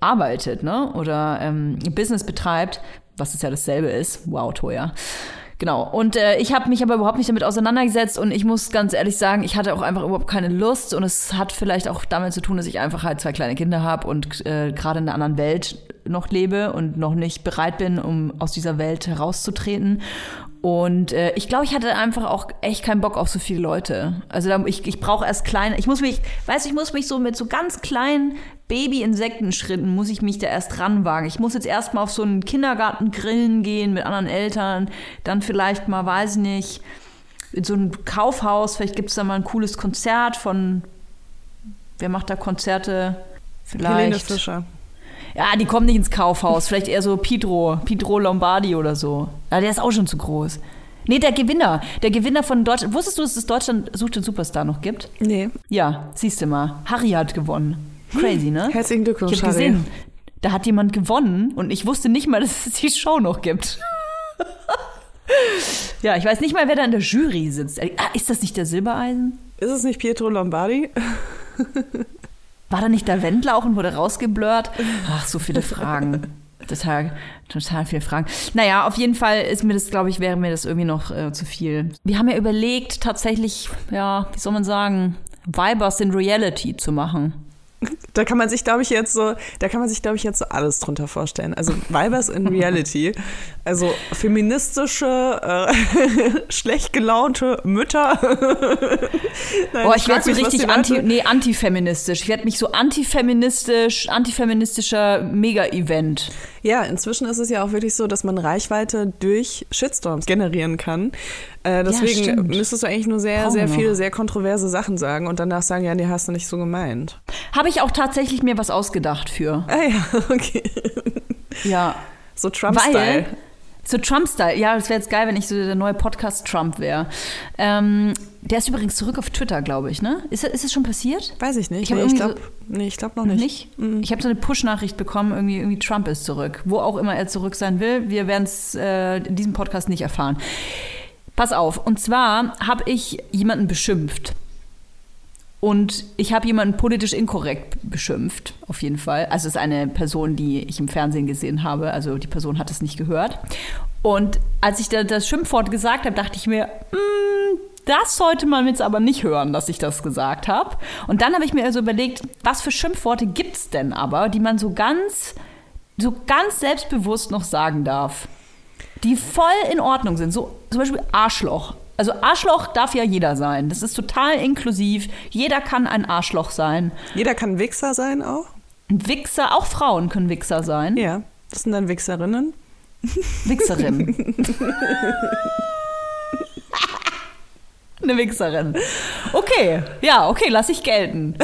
arbeitet, ne? Oder ähm, Business betreibt, was es ja dasselbe ist. Wow, teuer. Genau. Und äh, ich habe mich aber überhaupt nicht damit auseinandergesetzt und ich muss ganz ehrlich sagen, ich hatte auch einfach überhaupt keine Lust und es hat vielleicht auch damit zu tun, dass ich einfach halt zwei kleine Kinder habe und äh, gerade in einer anderen Welt noch lebe und noch nicht bereit bin, um aus dieser Welt herauszutreten. Und äh, ich glaube, ich hatte einfach auch echt keinen Bock auf so viele Leute. Also da, ich, ich brauche erst kleine, ich muss mich, weißt du, ich muss mich so mit so ganz kleinen Baby-Insektenschritten muss ich mich da erst ranwagen. Ich muss jetzt erstmal auf so einen Kindergarten grillen gehen mit anderen Eltern, dann vielleicht mal, weiß ich nicht, in so ein Kaufhaus, vielleicht gibt es da mal ein cooles Konzert von, wer macht da Konzerte? Vielleicht. Helene Fischer. Ja, die kommen nicht ins Kaufhaus. Vielleicht eher so Pietro, Pietro Lombardi oder so. Ja, der ist auch schon zu groß. Nee, der Gewinner. Der Gewinner von Deutschland. Wusstest du, dass es Deutschland sucht den Superstar noch gibt? Nee. Ja, siehst du mal. Harry hat gewonnen. Crazy, ne? Herzlichen Glückwunsch, ich hab Harry. gesehen, da hat jemand gewonnen und ich wusste nicht mal, dass es die Show noch gibt. Ja, ich weiß nicht mal, wer da in der Jury sitzt. Ah, ist das nicht der Silbereisen? Ist es nicht Pietro Lombardi? War da nicht der Wendler auch und wurde rausgeblurrt? Ach, so viele Fragen. Total, total viele Fragen. Naja, auf jeden Fall ist mir das, glaube ich, wäre mir das irgendwie noch äh, zu viel. Wir haben ja überlegt, tatsächlich, ja, wie soll man sagen, Vibers in Reality zu machen. Da kann man sich, glaube ich, jetzt so, da kann man sich, glaube ich, jetzt so alles drunter vorstellen. Also Vibers in Reality, also feministische, äh, schlecht gelaunte Mütter. Nein, oh, ich, ich werde so mich, richtig anti, nee, antifeministisch. Ich werde mich so antifeministisch, antifeministischer Mega-Event. Ja, inzwischen ist es ja auch wirklich so, dass man Reichweite durch Shitstorms generieren kann. Äh, deswegen ja, müsstest du eigentlich nur sehr, Brauchen sehr noch. viele, sehr kontroverse Sachen sagen und danach sagen, ja, nee, hast du nicht so gemeint. Habe ich auch tatsächlich mir was ausgedacht für. Ah ja, okay. Ja. So Trump-Style. So Trump-Style. Ja, das wäre jetzt geil, wenn ich so der neue Podcast Trump wäre. Ähm, der ist übrigens zurück auf Twitter, glaube ich, ne? Ist, ist es schon passiert? Weiß ich nicht. Ich, nee, ich ich glaube so, nee, glaub noch nicht. nicht? Mhm. Ich habe so eine Push-Nachricht bekommen, irgendwie, irgendwie Trump ist zurück. Wo auch immer er zurück sein will. Wir werden es äh, in diesem Podcast nicht erfahren. Pass auf. Und zwar habe ich jemanden beschimpft. Und ich habe jemanden politisch inkorrekt beschimpft, auf jeden Fall. Also es ist eine Person, die ich im Fernsehen gesehen habe. Also die Person hat es nicht gehört. Und als ich da das Schimpfwort gesagt habe, dachte ich mir, mm, das sollte man jetzt aber nicht hören, dass ich das gesagt habe. Und dann habe ich mir also überlegt, was für Schimpfworte gibt es denn aber, die man so ganz, so ganz selbstbewusst noch sagen darf, die voll in Ordnung sind. So zum Beispiel Arschloch. Also Arschloch darf ja jeder sein. Das ist total inklusiv. Jeder kann ein Arschloch sein. Jeder kann Wichser sein auch? Ein Wichser, auch Frauen können Wichser sein. Ja, das sind dann Wichserinnen. Wichserin. Eine Wichserin. Okay, ja, okay, lass ich gelten.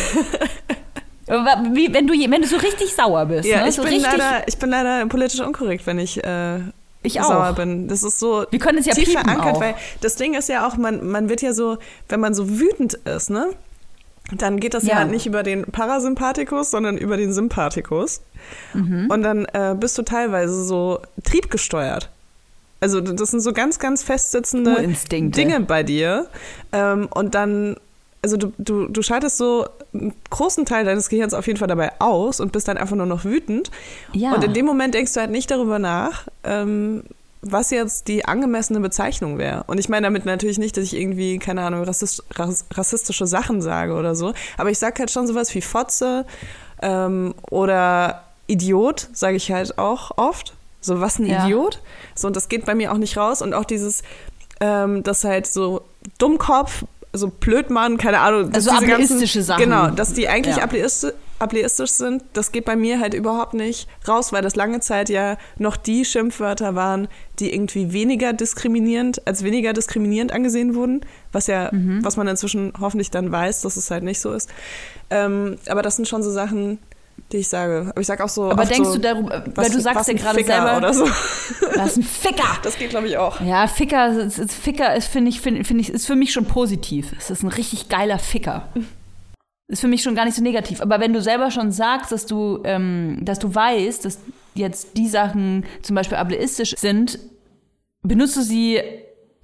Wie, wenn, du, wenn du so richtig sauer bist. Ja, ne? ich, so bin richtig, leider, ich bin leider politisch unkorrekt, wenn ich, äh, ich sauer auch. bin. Das ist so Wir können es ja tief piepen verankert, auch. weil das Ding ist ja auch, man, man wird ja so, wenn man so wütend ist, ne? Dann geht das ja, Ja. ja nicht über den Parasympathikus, sondern über den Sympathikus. Mhm. Und dann äh, bist du teilweise so triebgesteuert. Also das sind so ganz, ganz festsitzende Urinstinkte. Dinge bei dir. Ähm, und dann, also du, du, du schaltest so einen großen Teil deines Gehirns auf jeden Fall dabei aus und bist dann einfach nur noch wütend. Ja. Und in dem Moment denkst du halt nicht darüber nach, ähm, was jetzt die angemessene Bezeichnung wäre. Und ich meine damit natürlich nicht, dass ich irgendwie, keine Ahnung, rassist, rass, rassistische Sachen sage oder so. Aber ich sage halt schon sowas wie Fotze ähm, oder Idiot, sage ich halt auch oft. So, was ein Ja. Idiot. So, und das geht bei mir auch nicht raus. Und auch dieses, ähm, das halt so Dummkopf, so Blödmann, keine Ahnung. Also diese ableistische Sachen. Genau, dass die eigentlich Ja. ableistisch, ableistisch sind, das geht bei mir halt überhaupt nicht raus, weil das lange Zeit ja noch die Schimpfwörter waren, die irgendwie weniger diskriminierend, als weniger diskriminierend angesehen wurden, was ja, Mhm. was man inzwischen hoffentlich dann weiß, dass es halt nicht so ist. Ähm, aber das sind schon so Sachen, die ich sage. Aber ich sage auch so. Aber oft denkst so, du darüber, was, weil du sagst was ja ein gerade Ficker selber, oder so. das ist ein Ficker. Das geht, glaube ich, auch. Ja, Ficker, ist, ist, Ficker ist, finde ich, find, find ich, ist für mich schon positiv. Es ist ein richtig geiler Ficker. Ist für mich schon gar nicht so negativ. Aber wenn du selber schon sagst, dass du, ähm, dass du weißt, dass jetzt die Sachen zum Beispiel ableistisch sind, benutzt du sie,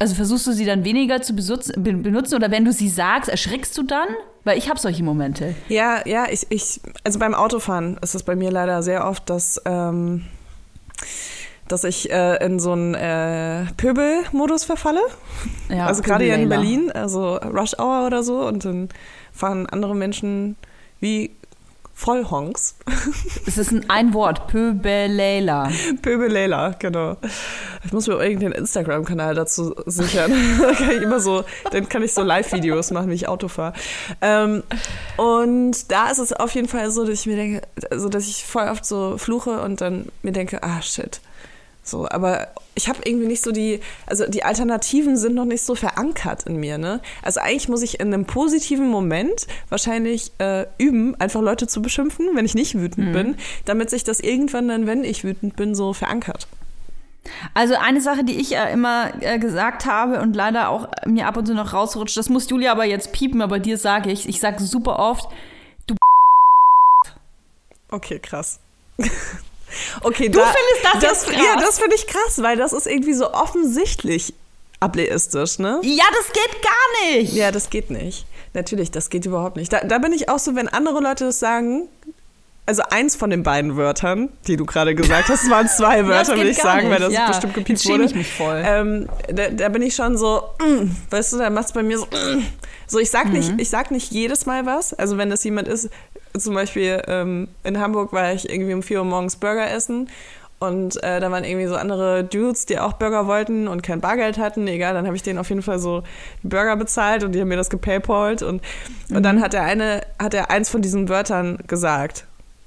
Also versuchst du sie dann weniger zu benutzen oder wenn du sie sagst, erschrickst du dann? Weil ich habe solche Momente. Ja, ja, ich, ich, also beim Autofahren ist es bei mir leider sehr oft, dass, ähm, dass ich äh, in so einen äh, Pöbel-Modus verfalle. Ja, also gerade hier in Berlin, also Rush Hour oder so und dann fahren andere Menschen wie Vollhonks. Es ist ein, ein Wort, Pöbelela. Pöbelela, genau. Ich muss mir irgendeinen Instagram-Kanal dazu sichern. Da kann ich immer so, dann kann ich so Live-Videos machen, wie ich Auto fahre. Ähm, und da ist es auf jeden Fall so, dass ich mir denke, also dass ich voll oft so fluche und dann mir denke, ah shit. So, aber ich habe irgendwie nicht so die, also die Alternativen sind noch nicht so verankert in mir, ne? Also eigentlich muss ich in einem positiven Moment wahrscheinlich äh, üben, einfach Leute zu beschimpfen, wenn ich nicht wütend mhm. bin, damit sich das irgendwann dann, wenn ich wütend bin, so verankert. Also eine Sache, die ich äh, immer äh, gesagt habe und leider auch mir ab und zu noch rausrutscht, das muss Julia aber jetzt piepen, aber dir sage ich, ich sage super oft, du Okay, krass. Okay, du da, findest das, das jetzt krass? Ja, das finde ich krass, weil das ist irgendwie so offensichtlich ableistisch, ne? Ja, das geht gar nicht. Ja, das geht nicht. Natürlich, das geht überhaupt nicht. Da, da bin ich auch so, wenn andere Leute das sagen, also eins von den beiden Wörtern, die du gerade gesagt hast, es waren zwei Wörter, ja, will ich sagen, nicht. Weil das ja. bestimmt gepiept wurde. Ich mich voll. Ähm, da, da bin ich schon so, mm, weißt du, da macht es bei mir so, mm. so ich sag, mhm. nicht, ich sag nicht jedes Mal was, also wenn das jemand ist, zum Beispiel ähm, in Hamburg war ich irgendwie um vier Uhr morgens Burger essen und äh, da waren irgendwie so andere Dudes, die auch Burger wollten und kein Bargeld hatten. Egal, dann habe ich denen auf jeden Fall so die Burger bezahlt und die haben mir das gepaypalt und, mhm. und dann hat der eine, hat er eins von diesen Wörtern gesagt.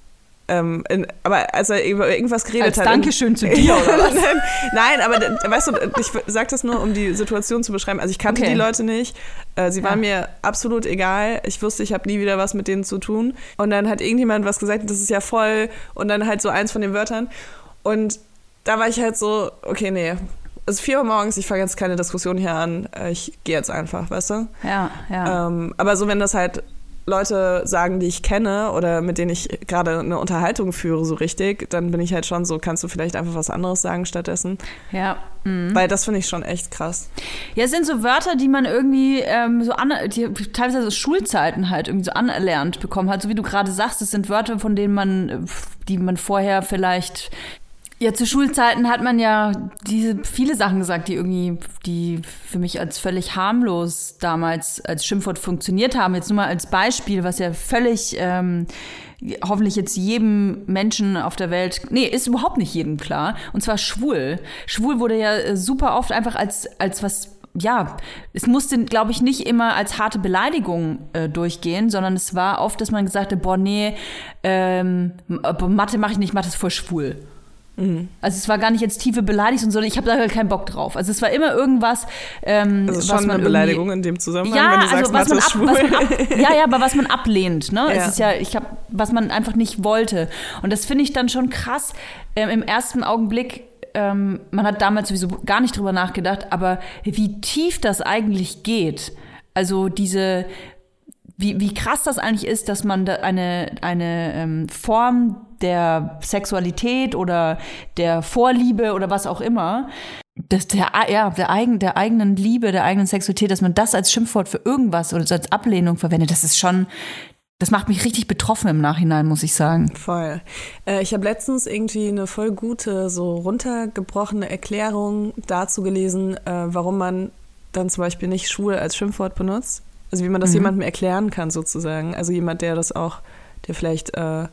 Ähm, in, aber als er über irgendwas geredet als hat. Dankeschön zu dir, oder was? Nein, aber weißt du, ich sage das nur, um die Situation zu beschreiben. Also ich kannte okay. die Leute nicht. Äh, sie ja. waren mir absolut egal. Ich wusste, ich habe nie wieder was mit denen zu tun. Und dann hat irgendjemand was gesagt, das ist ja voll. Und dann halt so eins von den Wörtern. Und da war ich halt so, okay, nee. Es ist vier Uhr morgens, ich fange jetzt keine Diskussion hier an. Ich gehe jetzt einfach, weißt du? Ja, ja. Ähm, aber so, wenn das halt Leute sagen, die ich kenne oder mit denen ich gerade eine Unterhaltung führe, so richtig, dann bin ich halt schon so, kannst du vielleicht einfach was anderes sagen stattdessen? Ja. Mhm. Weil das finde ich schon echt krass. Ja, es sind so Wörter, die man irgendwie ähm, so an, die teilweise so Schulzeiten halt irgendwie so anerlernt bekommen hat. So wie du gerade sagst, es sind Wörter, von denen man, die man vorher vielleicht Ja, zu Schulzeiten hat man ja diese viele Sachen gesagt, die irgendwie, die für mich als völlig harmlos damals als Schimpfwort funktioniert haben. Jetzt nur mal als Beispiel, was ja völlig ähm, hoffentlich jetzt jedem Menschen auf der Welt, nee, ist überhaupt nicht jedem klar. Und zwar schwul. Schwul wurde ja super oft einfach als als was, ja, es musste, glaube ich, nicht immer als harte Beleidigung äh, durchgehen, sondern es war oft, dass man gesagt hat, boah, nee, ähm, Mathe mache ich nicht, Mathe ist voll schwul. Mhm. Also es war gar nicht jetzt tiefe Beleidigung, sondern ich habe da keinen Bock drauf. Also es war immer irgendwas, ähm, also was schon man eine Beleidigung in dem Zusammenhang, ja, wenn du also sagst, was man, ab, schwul. was man ab, ja, ja, aber was man ablehnt, ne? Ja. Es ist ja, ich habe, was man einfach nicht wollte. Und das finde ich dann schon krass. Ähm, im ersten Augenblick, ähm, man hat damals sowieso gar nicht drüber nachgedacht, aber wie tief das eigentlich geht. Also diese Wie, wie krass das eigentlich ist, dass man da eine, eine ähm, Form der Sexualität oder der Vorliebe oder was auch immer, dass der, ja, der, eigen, der eigenen Liebe, der eigenen Sexualität, dass man das als Schimpfwort für irgendwas oder als Ablehnung verwendet, das ist schon, das macht mich richtig betroffen im Nachhinein, muss ich sagen. Voll. Äh, ich habe letztens irgendwie eine voll gute, so runtergebrochene Erklärung dazu gelesen, äh, warum man dann zum Beispiel nicht schwul als Schimpfwort benutzt. Also wie man das mhm. jemandem erklären kann sozusagen. Also jemand, der das auch, der vielleicht äh,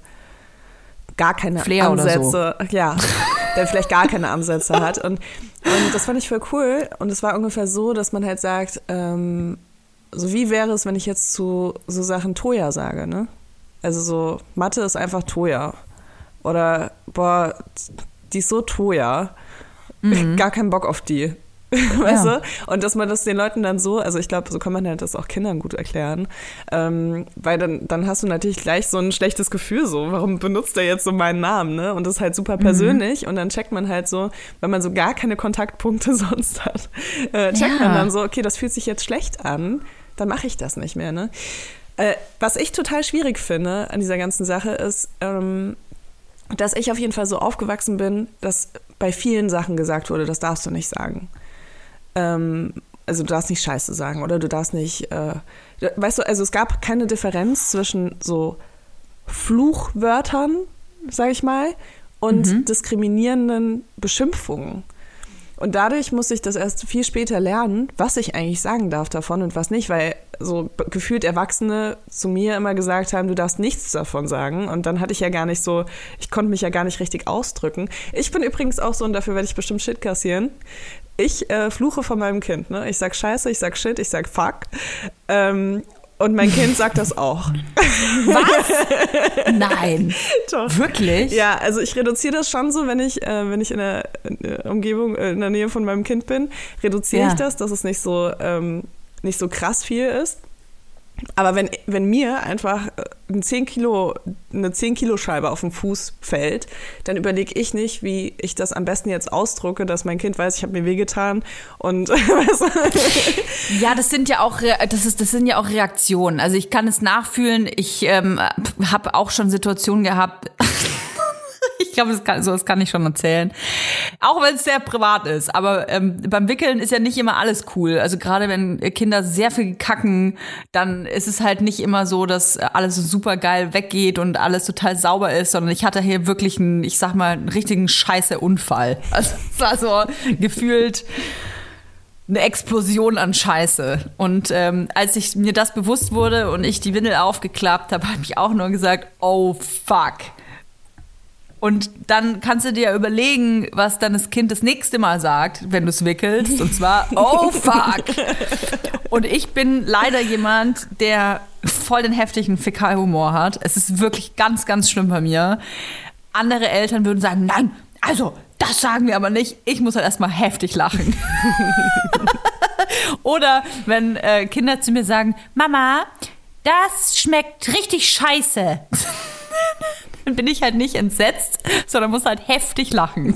gar keine Flair Ansätze, so. ja, der vielleicht gar keine Ansätze hat. Und, und das fand ich voll cool. Und es war ungefähr so, dass man halt sagt, ähm, so wie wäre es, wenn ich jetzt zu so Sachen Toya sage, ne? Also so, Mathe ist einfach Toya. Oder, boah, die ist so Toya. Mhm. Gar keinen Bock auf die. Weißt ja. du? Und dass man das den Leuten dann so, also ich glaube, so kann man halt das auch Kindern gut erklären, ähm, weil dann, dann hast du natürlich gleich so ein schlechtes Gefühl so, warum benutzt er jetzt so meinen Namen, ne? Und das ist halt super persönlich mhm. und dann checkt man halt so, wenn man so gar keine Kontaktpunkte sonst hat, äh, checkt ja. man dann so, okay, das fühlt sich jetzt schlecht an, dann mache ich das nicht mehr, ne? Äh, was ich total schwierig finde an dieser ganzen Sache ist, ähm, dass ich auf jeden Fall so aufgewachsen bin, dass bei vielen Sachen gesagt wurde, das darfst du nicht sagen. ähm, also du darfst nicht Scheiße sagen oder du darfst nicht, äh, weißt du, also es gab keine Differenz zwischen so Fluchwörtern, sag ich mal, und mhm. diskriminierenden Beschimpfungen. Und dadurch musste ich das erst viel später lernen, was ich eigentlich sagen darf davon und was nicht, weil so gefühlt Erwachsene zu mir immer gesagt haben, du darfst nichts davon sagen. Und dann hatte ich ja gar nicht so, ich konnte mich ja gar nicht richtig ausdrücken. Ich bin übrigens auch so, und dafür werde ich bestimmt Shit kassieren, ich äh, fluche von meinem Kind. Ne? Ich sag Scheiße, ich sag Shit, ich sag Fuck. Ähm, Und mein Kind sagt das auch. Was? Nein. Doch. Wirklich? Ja, also ich reduziere das schon so, wenn ich, äh, wenn ich in der, in der Umgebung, äh, in der Nähe von meinem Kind bin, reduziere ja. ich das, dass es nicht so, ähm, nicht so krass viel ist. Aber wenn, wenn mir einfach ein zehn Kilo, eine zehn Kilo Scheibe auf den Fuß fällt, dann überlege ich nicht, wie ich das am besten jetzt ausdrücke, dass mein Kind weiß, ich habe mir wehgetan. Und ja, das sind ja auch, das ist, das sind ja auch Reaktionen. Also ich kann es nachfühlen. Ich ähm, habe auch schon Situationen gehabt. Ich glaube, das kann, so das kann ich schon erzählen. Auch wenn es sehr privat ist. Aber ähm, beim Wickeln ist ja nicht immer alles cool. Also gerade wenn Kinder sehr viel kacken, dann ist es halt nicht immer so, dass alles so super geil weggeht und alles total sauber ist, sondern ich hatte hier wirklich einen, ich sag mal, einen richtigen Scheiße-Unfall. Also es war so gefühlt eine Explosion an Scheiße. Und ähm, als ich mir das bewusst wurde und ich die Windel aufgeklappt habe, habe ich auch nur gesagt, oh fuck. Und dann kannst du dir überlegen, was dann das Kind das nächste Mal sagt, wenn du es wickelst. Und zwar, oh fuck. Und ich bin leider jemand, der voll den heftigen Fäkalhumor hat. Es ist wirklich ganz, ganz schlimm bei mir. Andere Eltern würden sagen, nein, also das sagen wir aber nicht. Ich muss halt erstmal heftig lachen. Oder wenn äh, Kinder zu mir sagen, Mama, das schmeckt richtig scheiße. Dann bin ich halt nicht entsetzt, sondern muss halt heftig lachen.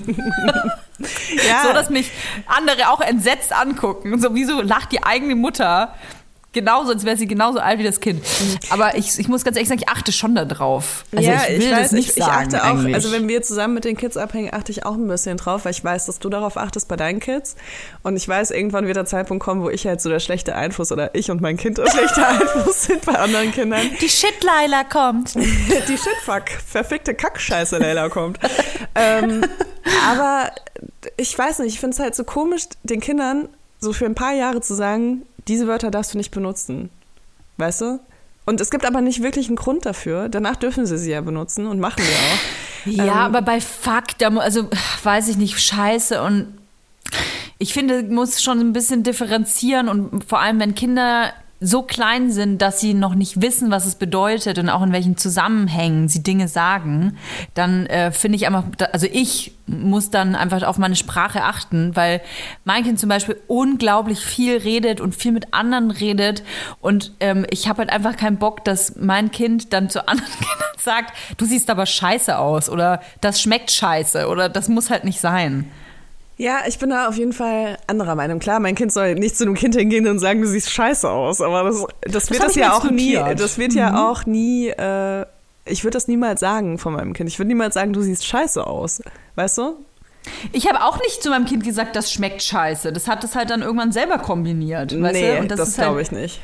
Ja. So, dass mich andere auch entsetzt angucken. Und so, wieso lacht die eigene Mutter genauso, als wäre sie genauso alt wie das Kind. Aber ich, ich muss ganz ehrlich sagen, ich achte schon da drauf. Also ja, ich will ich weiß, das nicht ich, sagen, ich achte auch, eigentlich. also wenn wir zusammen mit den Kids abhängen, achte ich auch ein bisschen drauf, weil ich weiß, dass du darauf achtest bei deinen Kids. Und ich weiß, irgendwann wird der Zeitpunkt kommen, wo ich halt so der schlechte Einfluss oder ich und mein Kind der schlechte Einfluss sind bei anderen Kindern. Die Shit-Leila kommt. Die Shitfuck, verfickte Kackscheiße-Leila kommt. ähm, aber ich weiß nicht, ich finde es halt so komisch, den Kindern so für ein paar Jahre zu sagen, diese Wörter darfst du nicht benutzen. Weißt du? Und es gibt aber nicht wirklich einen Grund dafür. Danach dürfen sie sie ja benutzen und machen wir auch. Ja, ähm, aber bei Fuck, da, also weiß ich nicht, Scheiße und ich finde, muss schon ein bisschen differenzieren und vor allem, wenn Kinder so klein sind, dass sie noch nicht wissen, was es bedeutet und auch in welchen Zusammenhängen sie Dinge sagen, dann äh, finde ich einfach, also ich muss dann einfach auf meine Sprache achten, weil mein Kind zum Beispiel unglaublich viel redet und viel mit anderen redet und ähm, ich habe halt einfach keinen Bock, dass mein Kind dann zu anderen Kindern sagt, du siehst aber scheiße aus oder das schmeckt scheiße oder das muss halt nicht sein. Ja, ich bin da auf jeden Fall anderer Meinung. Klar, mein Kind soll nicht zu einem Kind hingehen und sagen, du siehst scheiße aus. Aber das, das, das wird das ja auch nie, das wird mhm. ja auch nie, äh, ich würde das niemals sagen von meinem Kind. Ich würde niemals sagen, du siehst scheiße aus. Weißt du? Ich habe auch nicht zu meinem Kind gesagt, das schmeckt scheiße. Das hat es halt dann irgendwann selber kombiniert. Weißt nee, du? Und das, das ist halt glaube ich nicht.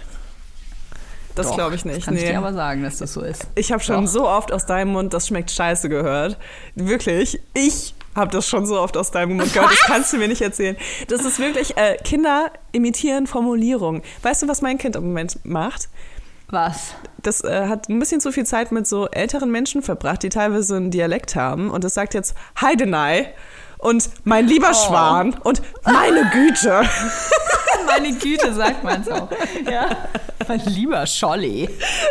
Das glaube ich nicht. Das kann nee. ich dir aber sagen, dass das so ist. Ich habe schon Doch. so oft aus deinem Mund, das schmeckt scheiße gehört. Wirklich, ich habe das schon so oft aus deinem Mund gehört. Das kannst du mir nicht erzählen. Das ist wirklich, äh, Kinder imitieren Formulierungen. Weißt du, was mein Kind im Moment macht? Was? Das äh, hat ein bisschen zu viel Zeit mit so älteren Menschen verbracht, die teilweise einen Dialekt haben. Und das sagt jetzt Heidenei und mein lieber oh. Schwan und meine Güte. Meine Güte, sagt man so. Ja. Mein lieber Scholli.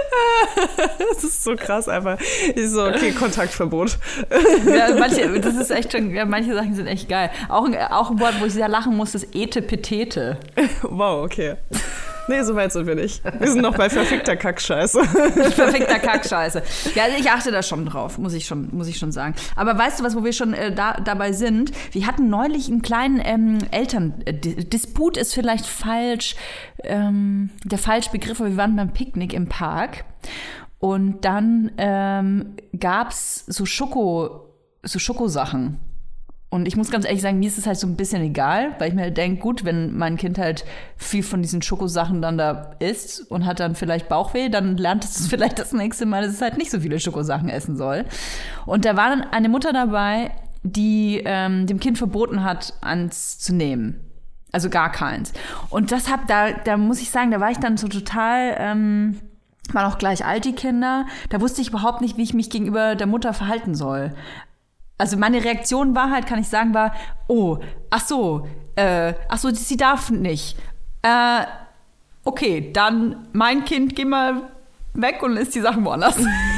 Das ist so krass einfach. Ich so, okay, Kontaktverbot. Ja, manche, das ist echt schon, ja, manche Sachen sind echt geil. Auch, auch ein Wort, wo ich sehr lachen muss, ist Etepetete. Wow, okay. Nee, so weit sind wir nicht. Wir sind noch bei verfickter Kackscheiße. Verfickter Kackscheiße. Ja, also ich achte da schon drauf, muss ich schon, muss ich schon sagen. Aber weißt du was, wo wir schon äh, da, dabei sind? Wir hatten neulich einen kleinen ähm, Elterndisput, ist vielleicht falsch, ähm, der falsche Begriff, aber wir waren beim Picknick im Park. Und dann ähm, gab's so Schoko, so Schokosachen. Und ich muss ganz ehrlich sagen, mir ist es halt so ein bisschen egal, weil ich mir halt denke, gut, wenn mein Kind halt viel von diesen Schokosachen dann da isst und hat dann vielleicht Bauchweh, dann lernt es vielleicht das nächste Mal, dass es halt nicht so viele Schokosachen essen soll. Und da war dann eine Mutter dabei, die ähm, dem Kind verboten hat, eins zu nehmen. Also gar keins. Und das hab, da, da muss ich sagen, da war ich dann so total, ähm, waren auch gleich alt, die Kinder. Da wusste ich überhaupt nicht, wie ich mich gegenüber der Mutter verhalten soll. Also meine Reaktion war halt, kann ich sagen, war, oh, ach so, äh, ach so, sie darf nicht. Äh, okay, dann mein Kind, geh mal weg und isst die Sachen woanders.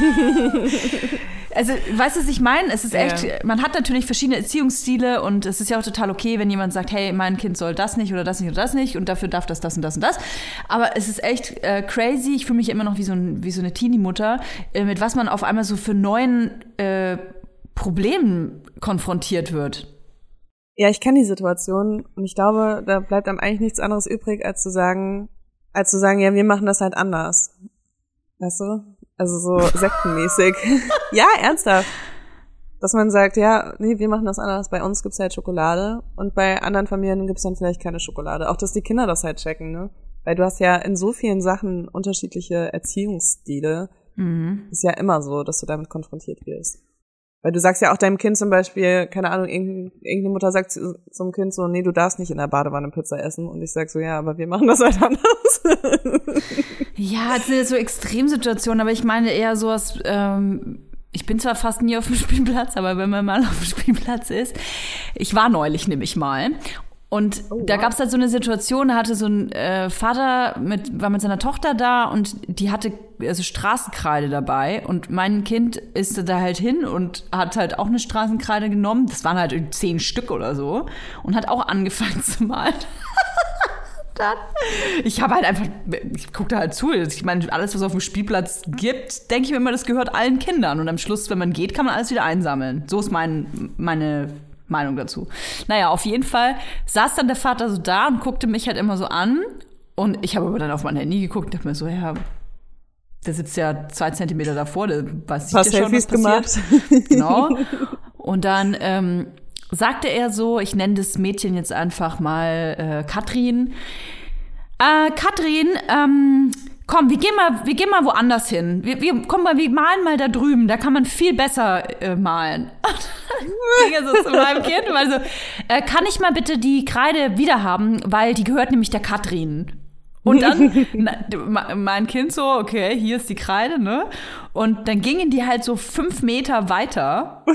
Also, weißt du, was ich meine? Es ist echt, ja. Man hat natürlich verschiedene Erziehungsstile und es ist ja auch total okay, wenn jemand sagt, hey, mein Kind soll das nicht oder das nicht oder das nicht und dafür darf das, das und das und das. Aber es ist echt äh, crazy. Ich fühle mich immer noch wie so, ein, wie so eine Teenie-Mutter, äh, mit was man auf einmal so für neuen äh, Problemen konfrontiert wird. Ja, ich kenne die Situation und ich glaube, da bleibt einem eigentlich nichts anderes übrig, als zu sagen, als zu sagen, ja, wir machen das halt anders. Weißt du? Also so sektenmäßig. Ja, ernsthaft. Dass man sagt, ja, nee, wir machen das anders. Bei uns gibt's halt Schokolade und bei anderen Familien gibt's dann vielleicht keine Schokolade. Auch, dass die Kinder das halt checken, ne? Weil du hast ja in so vielen Sachen unterschiedliche Erziehungsstile. Mhm. Ist ja immer so, dass du damit konfrontiert wirst. Weil du sagst ja auch deinem Kind zum Beispiel, keine Ahnung, irgendeine Mutter sagt zum Kind so, nee, du darfst nicht in der Badewanne Pizza essen. Und ich sag so, ja, aber wir machen das halt anders. Ja, es sind so Extremsituationen, aber ich meine eher sowas, ähm, ich bin zwar fast nie auf dem Spielplatz, aber wenn man mal auf dem Spielplatz ist, ich war neulich nämlich mal. Und oh, da wow. gab es halt so eine Situation, da hatte so ein äh, Vater mit, war mit seiner Tochter da und die hatte also Straßenkreide dabei und mein Kind ist da halt hin und hat halt auch eine Straßenkreide genommen, das waren halt zehn Stück oder so und hat auch angefangen zu malen. Dann, ich habe halt einfach, ich gucke da halt zu, ich meine, alles, was es auf dem Spielplatz gibt, denke ich mir immer, das gehört allen Kindern und am Schluss, wenn man geht, kann man alles wieder einsammeln. So ist mein, meine Meinung dazu. Naja, auf jeden Fall saß dann der Vater so da und guckte mich halt immer so an und ich habe aber dann auf mein Handy geguckt und dachte mir so, ja, der sitzt ja zwei Zentimeter davor, der weiß nicht, schon, was passiert. Gemacht. Genau. Und dann ähm, sagte er so, ich nenne das Mädchen jetzt einfach mal äh, Katrin. Äh, Katrin, ähm, komm, wir gehen mal, wir gehen mal woanders hin. Wir, wir, komm mal, wir malen mal da drüben. Da kann man viel besser äh, malen. Ging er so zu meinem Kind und war so, äh, kann ich mal bitte die Kreide wiederhaben, weil die gehört nämlich der Katrin. Und dann na, mein Kind so, okay, hier ist die Kreide, ne? Und dann gingen die halt so fünf Meter weiter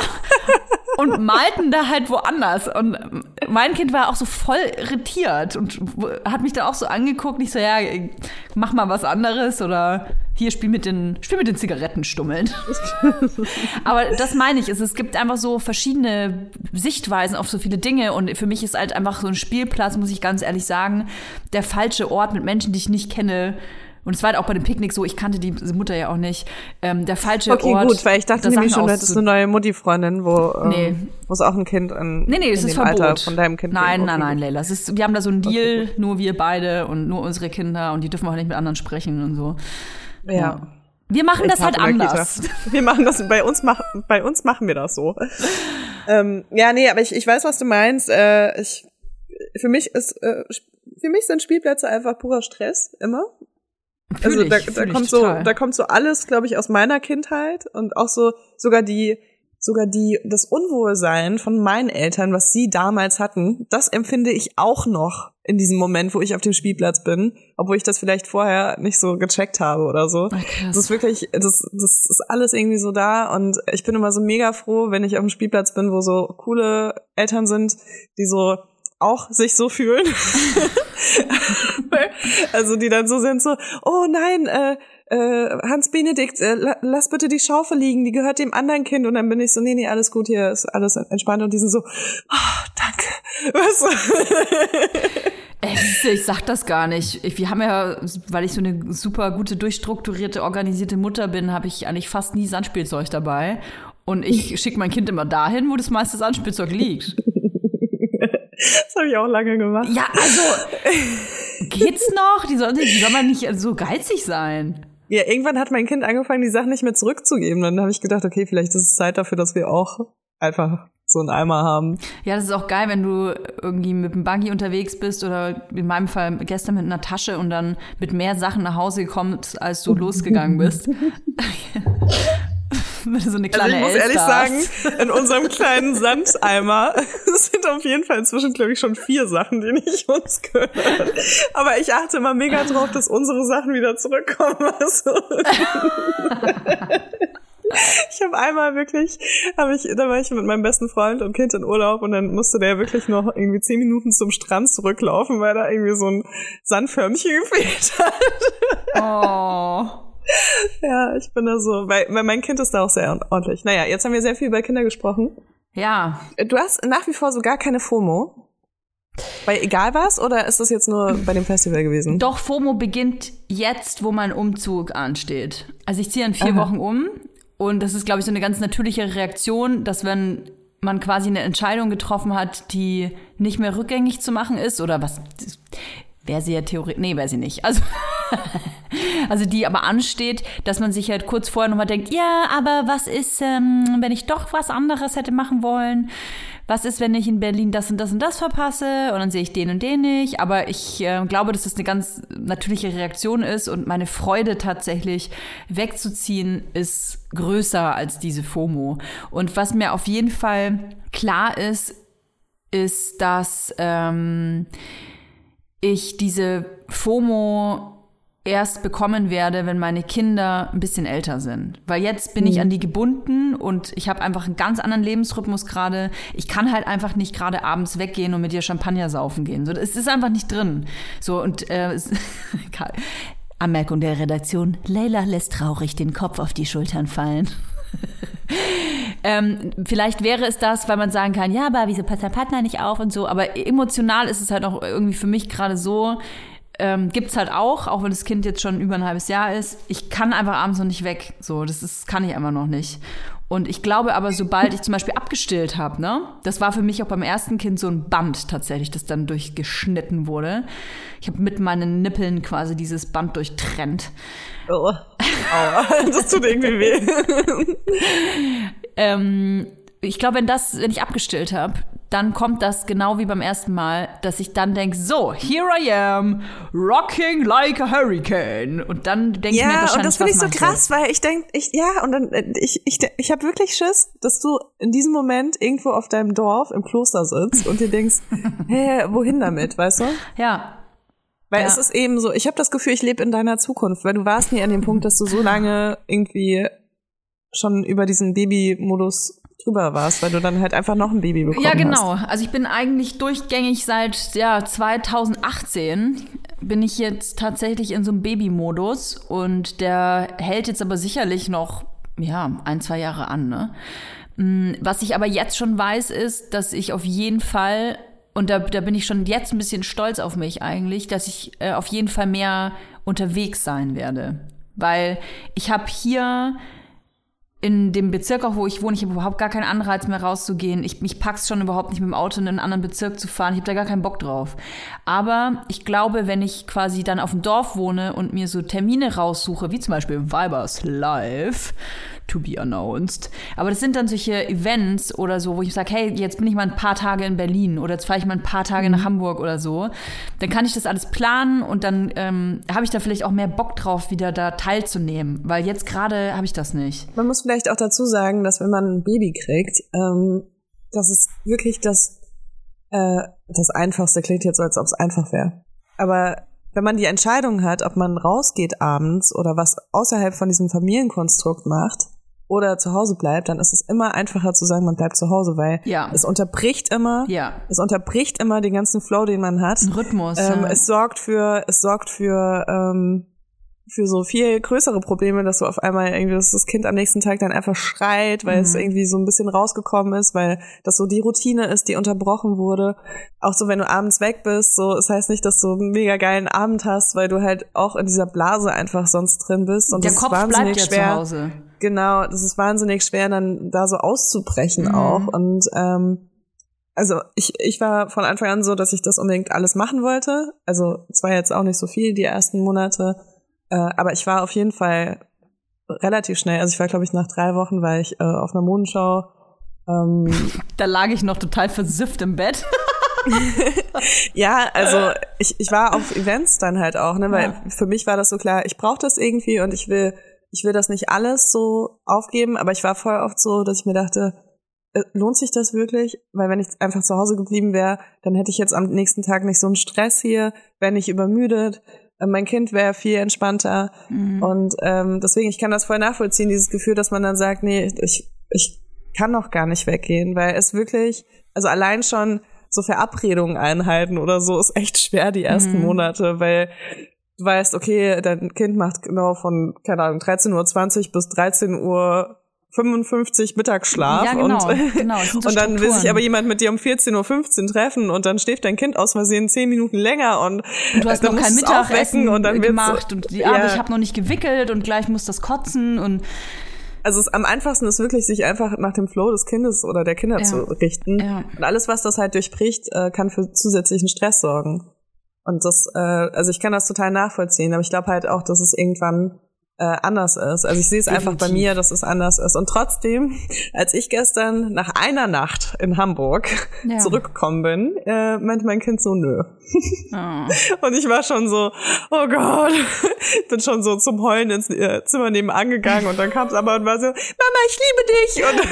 und malten da halt woanders. Und mein Kind war auch so voll irritiert und hat mich da auch so angeguckt. Nicht so, ja, mach mal was anderes oder hier, spiel mit den, spiel mit den Zigarettenstummeln. Aber das meine ich, es, es gibt einfach so verschiedene Sichtweisen auf so viele Dinge. Und für mich ist halt einfach so ein Spielplatz, muss ich ganz ehrlich sagen, der falsche Ort mit Menschen, die ich nicht kenne. Und es war halt auch bei dem Picknick so, ich kannte die Mutter ja auch nicht. Ähm, der falsche okay, Ort. Okay, gut, weil ich dachte nämlich schon, du hättest eine neue Mutti-Freundin, wo ähm, nee. wo es auch ein Kind in, nee, nee, in es dem ist Alter Verbot. Von deinem Kind Nein, geht. nein, okay. nein, Leila. Es ist, wir haben da so einen Deal, okay. nur wir beide und nur unsere Kinder und die dürfen auch nicht mit anderen sprechen und so. Ja. ja. Wir machen ich das halt anders. Wir machen das, bei uns, mach, bei uns machen wir das so. ähm, ja, nee, aber ich, ich weiß, was du meinst. Äh, ich, für mich ist, äh, für mich sind Spielplätze einfach purer Stress, immer. Fühl also da, ich, da kommt so, total. da kommt so alles, glaube ich, aus meiner Kindheit und auch so sogar die, sogar die, das Unwohlsein von meinen Eltern, was sie damals hatten, das empfinde ich auch noch in diesem Moment, wo ich auf dem Spielplatz bin, obwohl ich das vielleicht vorher nicht so gecheckt habe oder so. Ach, krass. Das ist wirklich, das, das ist alles irgendwie so da und ich bin immer so mega froh, wenn ich auf dem Spielplatz bin, wo so coole Eltern sind, die so auch sich so fühlen. Also die dann so sind so, oh nein, äh, äh, Hans-Benedikt, äh, lass bitte die Schaufel liegen, die gehört dem anderen Kind. Und dann bin ich so, nee, nee, alles gut, hier ist alles entspannt. Und die sind so, oh, danke. Was? Ey, ich sag das gar nicht. Ich, wir haben ja, weil ich so eine super gute, durchstrukturierte, organisierte Mutter bin, habe ich eigentlich fast nie Sandspielzeug dabei. Und ich schicke mein Kind immer dahin, wo das meiste Sandspielzeug liegt. Das habe ich auch lange gemacht. Ja, also, geht's noch? Die soll, die soll man nicht so geizig sein. Ja, irgendwann hat mein Kind angefangen, die Sachen nicht mehr zurückzugeben. Dann habe ich gedacht, okay, vielleicht ist es Zeit dafür, dass wir auch einfach so einen Eimer haben. Ja, das ist auch geil, wenn du irgendwie mit dem Buggy unterwegs bist oder in meinem Fall gestern mit einer Tasche und dann mit mehr Sachen nach Hause kommst, als du losgegangen bist. So eine kleine also ich muss ehrlich sagen, in unserem kleinen Sandeimer sind auf jeden Fall inzwischen, glaube ich, schon vier Sachen, die nicht uns gehören. Aber ich achte immer mega drauf, dass unsere Sachen wieder zurückkommen. Also ich habe einmal wirklich, habe ich, da war ich mit meinem besten Freund und Kind in Urlaub und dann musste der wirklich noch irgendwie zehn Minuten zum Strand zurücklaufen, weil da irgendwie so ein Sandförmchen gefehlt hat. Oh. Ja, ich bin da so, weil, weil mein Kind ist da auch sehr ordentlich. Naja, jetzt haben wir sehr viel über Kinder gesprochen. Ja. Du hast nach wie vor so gar keine FOMO? Bei egal was, oder ist das jetzt nur bei dem Festival gewesen? Doch, FOMO beginnt jetzt, wo mein Umzug ansteht. Also ich ziehe in vier Aha. Wochen um und das ist, glaube ich, so eine ganz natürliche Reaktion, dass wenn man quasi eine Entscheidung getroffen hat, die nicht mehr rückgängig zu machen ist oder was... Wäre sie ja theoretisch, nee, wäre sie nicht. Also, also die aber ansteht, dass man sich halt kurz vorher nochmal denkt, ja, aber was ist, ähm, wenn ich doch was anderes hätte machen wollen? Was ist, wenn ich in Berlin das und das und das verpasse? Und dann sehe ich den und den nicht. Aber ich äh, glaube, dass das eine ganz natürliche Reaktion ist und meine Freude tatsächlich wegzuziehen ist größer als diese FOMO. Und was mir auf jeden Fall klar ist, ist, dass ähm, ich diese FOMO erst bekommen werde, wenn meine Kinder ein bisschen älter sind. Weil jetzt bin mhm. ich an die gebunden und ich habe einfach einen ganz anderen Lebensrhythmus gerade. Ich kann halt einfach nicht gerade abends weggehen und mit ihr Champagner saufen gehen. So, es ist einfach nicht drin. So, und äh, Anmerkung der Redaktion, Leila lässt traurig den Kopf auf die Schultern fallen. ähm, vielleicht wäre es das, weil man sagen kann, ja, aber wieso passt der Partner nicht auf und so, aber emotional ist es halt auch irgendwie für mich gerade so, ähm, gibt's halt auch, auch wenn das Kind jetzt schon über ein halbes Jahr ist, ich kann einfach abends noch nicht weg, so, das ist, kann ich einfach noch nicht. Und ich glaube aber, sobald ich zum Beispiel abgestillt habe, ne, das war für mich auch beim ersten Kind so ein Band tatsächlich, das dann durchgeschnitten wurde. Ich habe mit meinen Nippeln quasi dieses Band durchtrennt. Oh. Aua, das tut irgendwie weh. ähm, ich glaube, wenn das, wenn ich abgestillt habe, dann kommt das genau wie beim ersten Mal, dass ich dann denke, so, here I am, rocking like a hurricane. Und dann denke ich mir wahrscheinlich, ja, und das finde ich so krass, jetzt? weil ich denke, ich, ja, und dann, ich, ich, ich habe wirklich Schiss, dass du in diesem Moment irgendwo auf deinem Dorf im Kloster sitzt und dir denkst, hä, wohin damit, weißt du? Ja. Weil ja. es ist eben so, ich habe das Gefühl, ich lebe in deiner Zukunft, weil du warst nie an dem Punkt, dass du so lange irgendwie schon über diesen Baby-Modus drüber warst, weil du dann halt einfach noch ein Baby bekommen hast. Ja, genau. Hast. Also ich bin eigentlich durchgängig seit ja, zwanzig achtzehn bin ich jetzt tatsächlich in so einem Baby-Modus und der hält jetzt aber sicherlich noch ja, ein, zwei Jahre an. Ne? Was ich aber jetzt schon weiß, ist, dass ich auf jeden Fall, und da, da bin ich schon jetzt ein bisschen stolz auf mich eigentlich, dass ich äh, auf jeden Fall mehr unterwegs sein werde. Weil ich habe hier in dem Bezirk, auch wo ich wohne, ich habe überhaupt gar keinen Anreiz mehr rauszugehen. Ich, mich pack's schon überhaupt nicht mit dem Auto in einen anderen Bezirk zu fahren. Ich habe da gar keinen Bock drauf. Aber ich glaube, wenn ich quasi dann auf dem Dorf wohne und mir so Termine raussuche, wie zum Beispiel Vibers Live, to be announced. Aber das sind dann solche Events oder so, wo ich sage, hey, jetzt bin ich mal ein paar Tage in Berlin oder jetzt fahre ich mal ein paar Tage nach Hamburg oder so. Dann kann ich das alles planen und dann ähm, habe ich da vielleicht auch mehr Bock drauf, wieder da teilzunehmen. Weil jetzt gerade habe ich das nicht. Man muss vielleicht auch dazu sagen, dass wenn man ein Baby kriegt, ähm, das ist wirklich das, äh, das Einfachste, klingt jetzt so, als ob es einfach wäre. Aber wenn man die Entscheidung hat, ob man rausgeht abends oder was außerhalb von diesem Familienkonstrukt macht oder zu Hause bleibt, dann ist es immer einfacher zu sagen, man bleibt zu Hause, weil ja. es unterbricht immer, ja. es unterbricht immer den ganzen Flow, den man hat. Ein Rhythmus. Ähm, ja. Es sorgt für, es sorgt für, ähm, für so viel größere Probleme, dass du auf einmal irgendwie, dass das Kind am nächsten Tag dann einfach schreit, weil mhm. es irgendwie so ein bisschen rausgekommen ist, weil das so die Routine ist, die unterbrochen wurde. Auch so, wenn du abends weg bist, so, es heißt nicht, dass du einen mega geilen Abend hast, weil du halt auch in dieser Blase einfach sonst drin bist. Und der das Kopf ist wahnsinnig bleibt ja schwer. zu Hause. Genau, das ist wahnsinnig schwer, dann da so auszubrechen mhm. auch. Und ähm, also ich ich war von Anfang an so, dass ich das unbedingt alles machen wollte. Also es war jetzt auch nicht so viel die ersten Monate. Aber ich war auf jeden Fall relativ schnell, also ich war, glaube ich, nach drei Wochen war ich äh, auf einer Modenschau Ähm, da lag ich noch total versifft im Bett. Ja, also ich, ich war auf Events dann halt auch, ne, weil ja. für mich war das so klar, ich brauche das irgendwie und ich will, ich will das nicht alles so aufgeben, aber ich war voll oft so, dass ich mir dachte, lohnt sich das wirklich? Weil wenn ich einfach zu Hause geblieben wäre, dann hätte ich jetzt am nächsten Tag nicht so einen Stress hier, wäre nicht übermüdet, mein Kind wäre viel entspannter mhm. und ähm, deswegen, ich kann das voll nachvollziehen, dieses Gefühl, dass man dann sagt, nee, ich, ich kann noch gar nicht weggehen, weil es wirklich, also allein schon so Verabredungen einhalten oder so ist echt schwer die ersten mhm. Monate, weil du weißt, okay, dein Kind macht genau von, keine Ahnung, dreizehn Uhr zwanzig bis dreizehn Uhr fünfundfünfzig Mittagsschlaf. Ja, genau, und, genau. So und dann will sich aber jemand mit dir um vierzehn Uhr fünfzehn treffen und dann schläft dein Kind aus Versehen zehn Minuten länger und, und du hast noch kein Mittagessen und dann gemacht und ja, aber ich habe noch nicht gewickelt und gleich muss das kotzen und also es am einfachsten ist wirklich, sich einfach nach dem Flow des Kindes oder der Kinder ja. zu richten. Ja. Und alles, was das halt durchbricht, äh, kann für zusätzlichen Stress sorgen. Und das, äh, also ich kann das total nachvollziehen, aber ich glaube halt auch, dass es irgendwann äh, anders ist. Also ich sehe es einfach bei mir, dass es anders ist. Und trotzdem, als ich gestern nach einer Nacht in Hamburg ja. zurückgekommen bin, äh, meinte mein Kind so, nö. Oh. Und ich war schon so, oh Gott, bin schon so zum Heulen ins äh, Zimmer nebenan gegangen und dann kam es aber und war so, Mama, ich liebe dich. Und,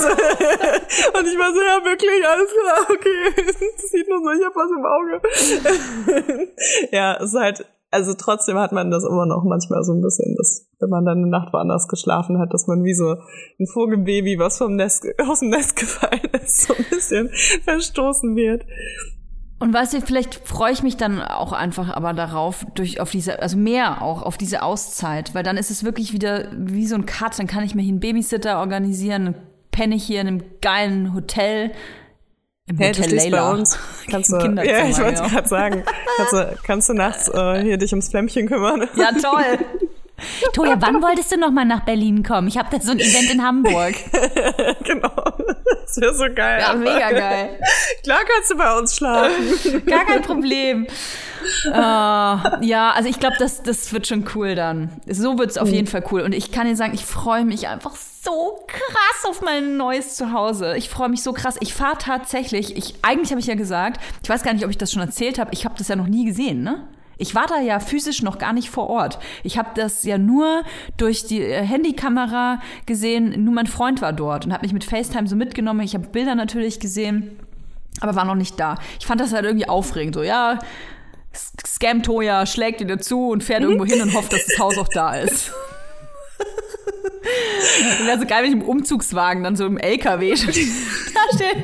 und ich war so, ja wirklich, alles klar, okay. Das sieht nur so, ich hab was im Auge. Ja, es ist halt, also trotzdem hat man das immer noch manchmal so ein bisschen, dass, wenn man dann eine Nacht woanders geschlafen hat, dass man wie so ein Vogelbaby, was vom Nest, aus dem Nest gefallen ist, so ein bisschen verstoßen wird. Und weißt du, vielleicht freue ich mich dann auch einfach aber darauf, durch auf diese, also mehr auch auf diese Auszeit, weil dann ist es wirklich wieder wie so ein Cut, dann kann ich mir hier einen Babysitter organisieren, dann penne ich hier in einem geilen Hotel. Im hey, Hotel du stehst Layla. Bei uns. Kannst du, ja, ich wollte es gerade sagen. Kannst du, kannst du nachts äh, hier dich ums Flämmchen kümmern? Ja, toll. Toja, wann wolltest du noch mal nach Berlin kommen? Ich habe da so ein Event in Hamburg. Genau. Das wäre so geil. Ja, mega geil. Klar kannst du bei uns schlafen. Gar kein Problem. Uh, ja, also ich glaube, das, das wird schon cool dann. So wird's auf jeden Fall cool. Und ich kann dir sagen, ich freue mich einfach so krass auf mein neues Zuhause. Ich freue mich so krass. Ich fahre tatsächlich, ich, eigentlich habe ich ja gesagt, ich weiß gar nicht, ob ich das schon erzählt habe, ich habe das ja noch nie gesehen, ne? Ich war da ja physisch noch gar nicht vor Ort. Ich habe das ja nur durch die Handykamera gesehen. Nur mein Freund war dort und hat mich mit FaceTime so mitgenommen. Ich habe Bilder natürlich gesehen, aber war noch nicht da. Ich fand das halt irgendwie aufregend. So, ja, Scam Toya schlägt wieder zu und fährt irgendwo hin und hofft, dass das Haus auch da ist. Wäre so geil, wenn ich im Umzugswagen dann so im L K W da steht.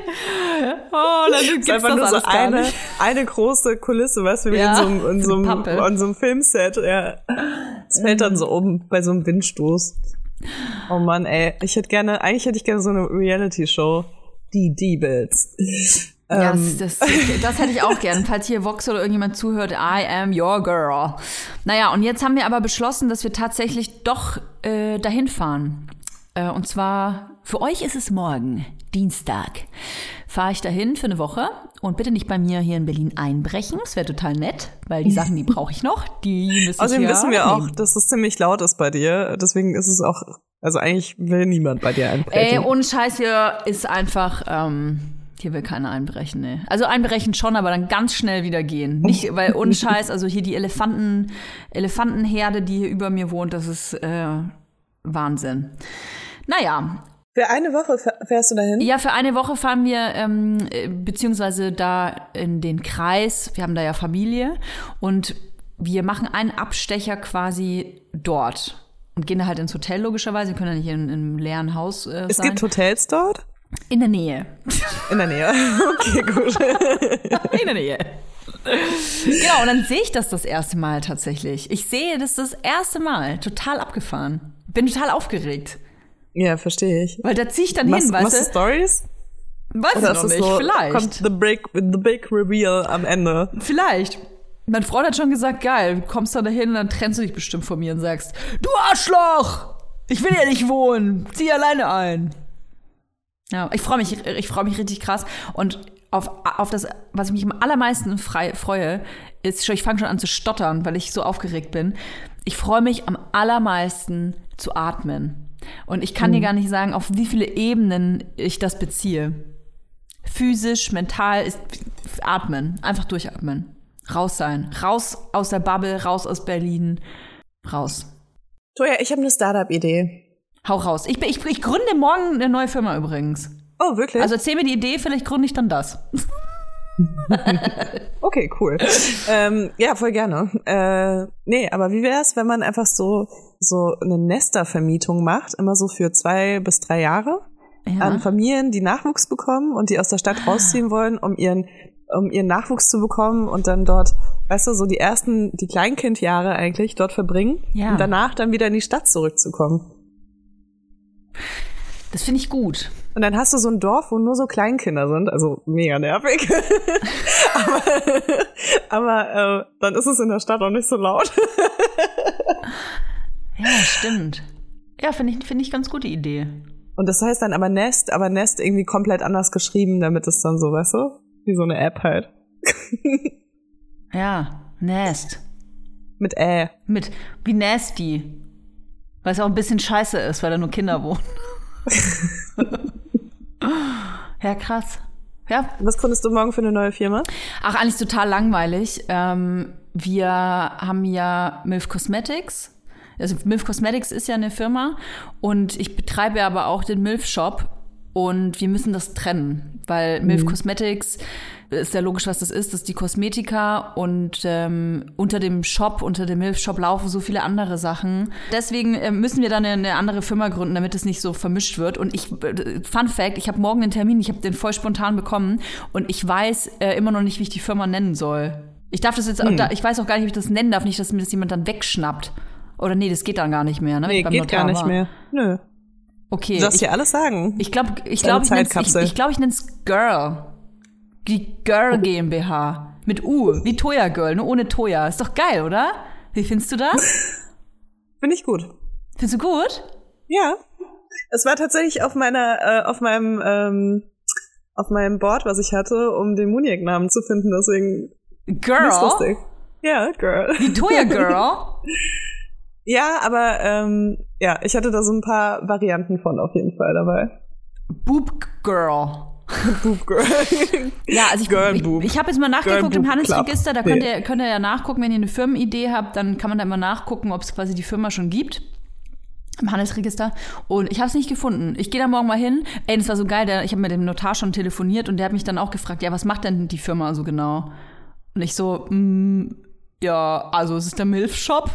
Oh, dann gibt's das einfach das nur alles so eine, eine große Kulisse, weißt du, wie ja, in so einem, in so einem, in so einem Filmset. Ja. Es fällt dann so um bei so einem Windstoß. Oh Mann, ey. Ich hätte gerne, eigentlich hätte ich gerne so eine Reality-Show. Die Diebels. Ja, das, das, das hätte ich auch gern. Falls hier Vox oder irgendjemand zuhört, I am your girl. Naja, und jetzt haben wir aber beschlossen, dass wir tatsächlich doch äh, dahin fahren. Äh, und zwar, für euch ist es morgen, Dienstag. Fahre ich dahin für eine Woche und bitte nicht bei mir hier in Berlin einbrechen. Das wäre total nett, weil die Sachen, die brauche ich noch. Die müssen Außerdem hier wissen wir nehmen. auch, dass es ziemlich laut ist bei dir. Deswegen ist es auch, also eigentlich will niemand bei dir einbrechen. Ey, ohne Scheiß, hier ist einfach... Ähm, Hier will keiner einbrechen, ne. Also einbrechen schon, aber dann ganz schnell wieder gehen. Nicht, weil ohne Scheiß, also hier die Elefanten, Elefantenherde, die hier über mir wohnt, das ist äh, Wahnsinn. Naja. Für eine Woche fährst du dahin? Ja, für eine Woche fahren wir, ähm, beziehungsweise da in den Kreis. Wir haben da ja Familie und wir machen einen Abstecher quasi dort und gehen da halt ins Hotel logischerweise. Wir können ja nicht in, in einem leeren Haus äh, sein. Es gibt Hotels dort? In der Nähe. In der Nähe. Okay, gut. In der Nähe. Genau, und dann sehe ich das das erste Mal tatsächlich. Ich sehe das das erste Mal. Total abgefahren. Bin total aufgeregt. Ja, verstehe ich. Weil da ziehe ich dann machst, hin, weißt du? Machst du Stories? Weiß ich noch nicht, so, vielleicht. Kommt the big, the big reveal am Ende. Vielleicht. Mein Freund hat schon gesagt, geil, du kommst dann dahin und dann trennst du dich bestimmt von mir und sagst, du Arschloch! Ich will ja nicht wohnen. Zieh alleine ein. Ja, ich freue mich, ich freue mich richtig krass. Und auf, auf das, was ich mich am allermeisten frei, freue, ist schon, ich fange schon an zu stottern, weil ich so aufgeregt bin. Ich freue mich am allermeisten zu atmen. Und ich kann Mhm. dir gar nicht sagen, auf wie viele Ebenen ich das beziehe. Physisch, mental, ist atmen. Einfach durchatmen. Raus sein. Raus aus der Bubble, raus aus Berlin. Raus. Toja, ich habe eine Startup-Idee. Hau raus. Ich, bin- ich, ich gründe morgen eine neue Firma übrigens. Oh, wirklich? Also erzähl mir die Idee, vielleicht gründe ich dann das. Okay, cool. ähm, ja, voll gerne. Äh, nee, aber wie wär's, wenn man einfach so so eine Nestervermietung macht, immer so für zwei bis drei Jahre Ja. an Familien, die Nachwuchs bekommen und die aus der Stadt rausziehen wollen, um ihren um ihren Nachwuchs zu bekommen und dann dort, weißt du, so die ersten, die Kleinkindjahre eigentlich dort verbringen Ja. und danach dann wieder in die Stadt zurückzukommen. Das finde ich gut. Und dann hast du so ein Dorf, wo nur so Kleinkinder sind, also mega nervig. aber aber äh, dann ist es in der Stadt auch nicht so laut. Ja, stimmt. Ja, finde ich, finde ich ganz gute Idee. Und das heißt dann aber Nest, aber Nest irgendwie komplett anders geschrieben, damit es dann so, weißt du, wie so eine App halt. Ja, Nest. Mit Ä. Mit, wie nasty. Weil es auch ein bisschen scheiße ist, weil da nur Kinder wohnen. Ja, krass. Ja. Was gründest du morgen für eine neue Firma? Ach, eigentlich total langweilig. Ähm, wir haben ja Milf Cosmetics. Also Milf Cosmetics ist ja eine Firma und ich betreibe aber auch den Milf Shop und wir müssen das trennen, weil Milf Mhm. Cosmetics ist ja logisch, was das ist. Das ist die Kosmetika und ähm, unter dem Shop, unter dem Milf Shop laufen so viele andere Sachen. Deswegen äh, müssen wir dann eine, eine andere Firma gründen, damit es nicht so vermischt wird. Und ich, äh, Fun Fact, ich habe morgen einen Termin, ich habe den voll spontan bekommen und ich weiß äh, immer noch nicht, wie ich die Firma nennen soll. Ich darf das jetzt auch, Hm. da, ich weiß auch gar nicht, wie ich das nennen darf, nicht, dass mir das jemand dann wegschnappt. Oder nee, das geht dann gar nicht mehr, ne? Nee, Beim geht Notar gar nicht war. mehr. Nö. Okay. Du darfst ich dir alles sagen. ich glaube, ich, Deine glaub, ich nenn's- ich, Zeitkapsel. ich, glaub, ich nenne es Girl. Die Girl GmbH. Mit U. Wie Toya Girl, nur ohne Toya. Ist doch geil, oder? Wie findest du das? Finde ich gut. Findest du gut? Ja. Es war tatsächlich auf meiner, äh, auf meinem, ähm, auf meinem Board, was ich hatte, um den Muniac-Namen zu finden, deswegen Girl? ist lustig. Ja, Girl. Wie Toya Girl? Ja, aber ähm, ja, ich hatte da so ein paar Varianten von auf jeden Fall dabei. Boob Girl. Boob Girl. Ja, also ich, Girl ich, Boob. ich habe jetzt mal nachgeguckt Girl im Boob Handelsregister, da Club. könnt Nee. ihr, könnt ihr ja nachgucken, wenn ihr eine Firmenidee habt, dann kann man da immer nachgucken, ob es quasi die Firma schon gibt. Im Handelsregister. Und ich habe es nicht gefunden. Ich gehe da morgen mal hin. Ey, das war so geil. Der, ich habe mit dem Notar schon telefoniert und der hat mich dann auch gefragt, ja, was macht denn die Firma so genau? Und ich so, mm, ja, also es ist der Milf-Shop.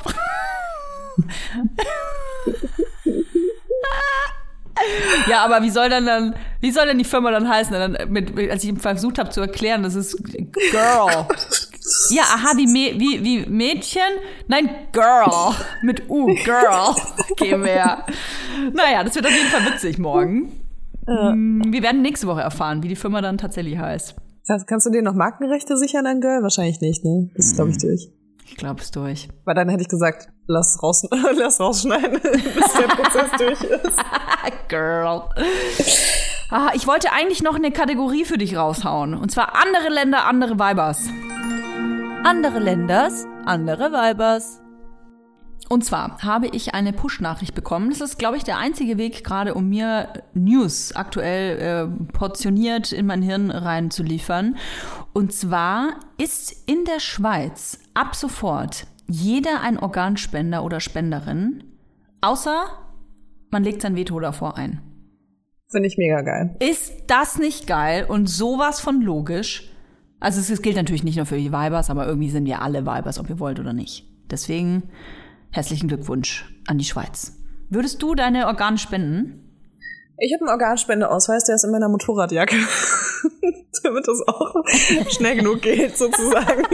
Ja, aber wie soll dann dann, wie soll denn die Firma dann heißen? Dann mit, als ich ihm versucht habe zu erklären, das ist Girl. Ja, aha, wie, Me- wie, wie Mädchen? Nein, Girl. Mit U, Girl. GmbH. Naja, das wird auf jeden Fall witzig morgen. Ja. Wir werden nächste Woche erfahren, wie die Firma dann tatsächlich heißt. Kannst, kannst du dir noch Markenrechte sichern an Girl? Wahrscheinlich nicht, ne? Das ist, glaube ich, durch. Ich glaube es durch. Weil dann hätte ich gesagt, lass, raus, lass rausschneiden, bis der Prozess durch ist. Girl. Ah, ich wollte eigentlich noch eine Kategorie für dich raushauen. Und zwar andere Länder, andere Weibers. Andere Länders, andere Weibers. Und zwar habe ich eine Push-Nachricht bekommen. Das ist, glaube ich, der einzige Weg gerade, um mir News aktuell äh, portioniert in mein Hirn reinzuliefern. Und zwar ist in der Schweiz ab sofort jeder ein Organspender oder Spenderin, außer man legt sein Veto davor ein. Finde ich mega geil. Ist das nicht geil und sowas von logisch? Also es, es gilt natürlich nicht nur für die Weibers, aber irgendwie sind wir alle Weibers, ob ihr wollt oder nicht. Deswegen herzlichen Glückwunsch an die Schweiz. Würdest du deine Organe spenden? Ich habe einen Organspendeausweis, der ist in meiner Motorradjacke. Damit das auch schnell genug geht, sozusagen.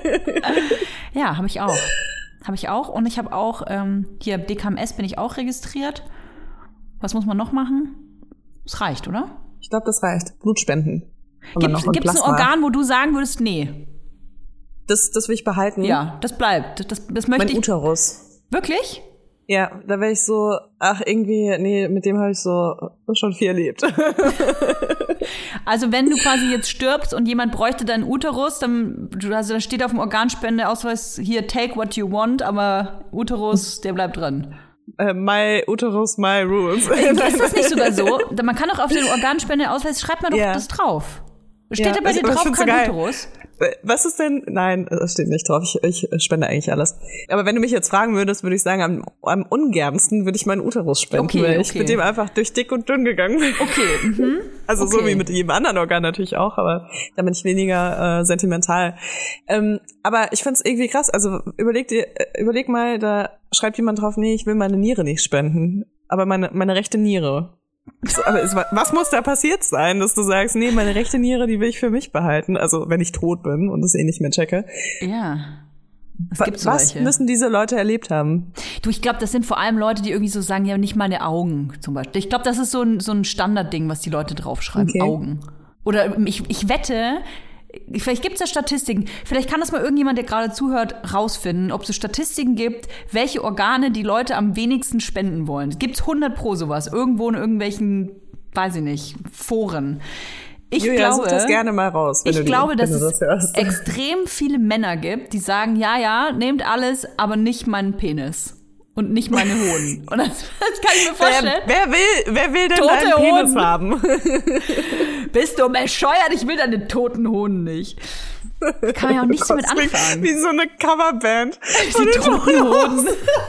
Ja, habe ich auch. Habe ich auch. Und ich habe auch, ähm, hier D K M S bin ich auch registriert. Was muss man noch machen? Es reicht, oder? Ich glaube, das reicht. Blutspenden. Gibt es ein Organ, wo du sagen würdest, nee? Das, das will ich behalten. Ja, das bleibt. Das, das möchte Mein ich. Uterus. Wirklich? Ja, da wäre ich so, ach, irgendwie, nee, mit dem habe ich so schon viel erlebt. Also wenn du quasi jetzt stirbst und jemand bräuchte deinen Uterus, dann also da steht auf dem Organspendeausweis hier, take what you want, aber Uterus, der bleibt drin. äh, my uterus, my rules. Ist das nicht sogar so? Man kann doch auf den Organspendeausweis, schreibt man doch Ja. das drauf. Steht Ja, da bei ich- dir aber ich drauf find's so kein geil. Uterus? Was ist denn? Nein, das steht nicht drauf. Ich, ich spende eigentlich alles. Aber wenn du mich jetzt fragen würdest, würde ich sagen, am, am ungernsten würde ich meinen Uterus spenden, Okay, weil ich okay. mit dem einfach durch dick und dünn gegangen bin. Okay, mhm. Also so Okay. wie mit jedem anderen Organ natürlich auch, aber da bin ich weniger äh, sentimental. Ähm, aber ich find's irgendwie krass. Also überleg dir, äh, überleg mal, da schreibt jemand drauf, nee, ich will meine Niere nicht spenden, aber meine meine rechte Niere. So, aber es, was muss da passiert sein, dass du sagst, nee, meine rechte Niere, die will ich für mich behalten, also wenn ich tot bin und das eh nicht mehr checke. Ja. Es Wa- gibt was solche. müssen diese Leute erlebt haben? Du, ich glaube, das sind vor allem Leute, die irgendwie so sagen, ja, nicht meine Augen zum Beispiel. Ich glaube, das ist so ein, so ein Standardding, was die Leute draufschreiben, Okay. Augen. Oder ich, ich wette, vielleicht gibt es ja Statistiken, vielleicht kann das mal irgendjemand, der gerade zuhört, rausfinden, ob es so Statistiken gibt, welche Organe die Leute am wenigsten spenden wollen. Es gibt hundert pro sowas, irgendwo in irgendwelchen, weiß ich nicht, Foren. Ich Julia, glaube, such das gerne mal raus, wenn ich du die- glaube, wenn dass du es das hörst. extrem viele Männer gibt, die sagen, ja, ja, nehmt alles, aber nicht meinen Penis. Und nicht meine Hoden. Und das, das kann ich mir vorstellen. Wer, wer will, wer will denn Tote deinen Penis Hoden. haben? Bist du bescheuert? Ich will deine toten Hoden nicht. Das kann man ja auch nichts damit Das klingt anfangen. Wie so eine Coverband. Die toten Hoden.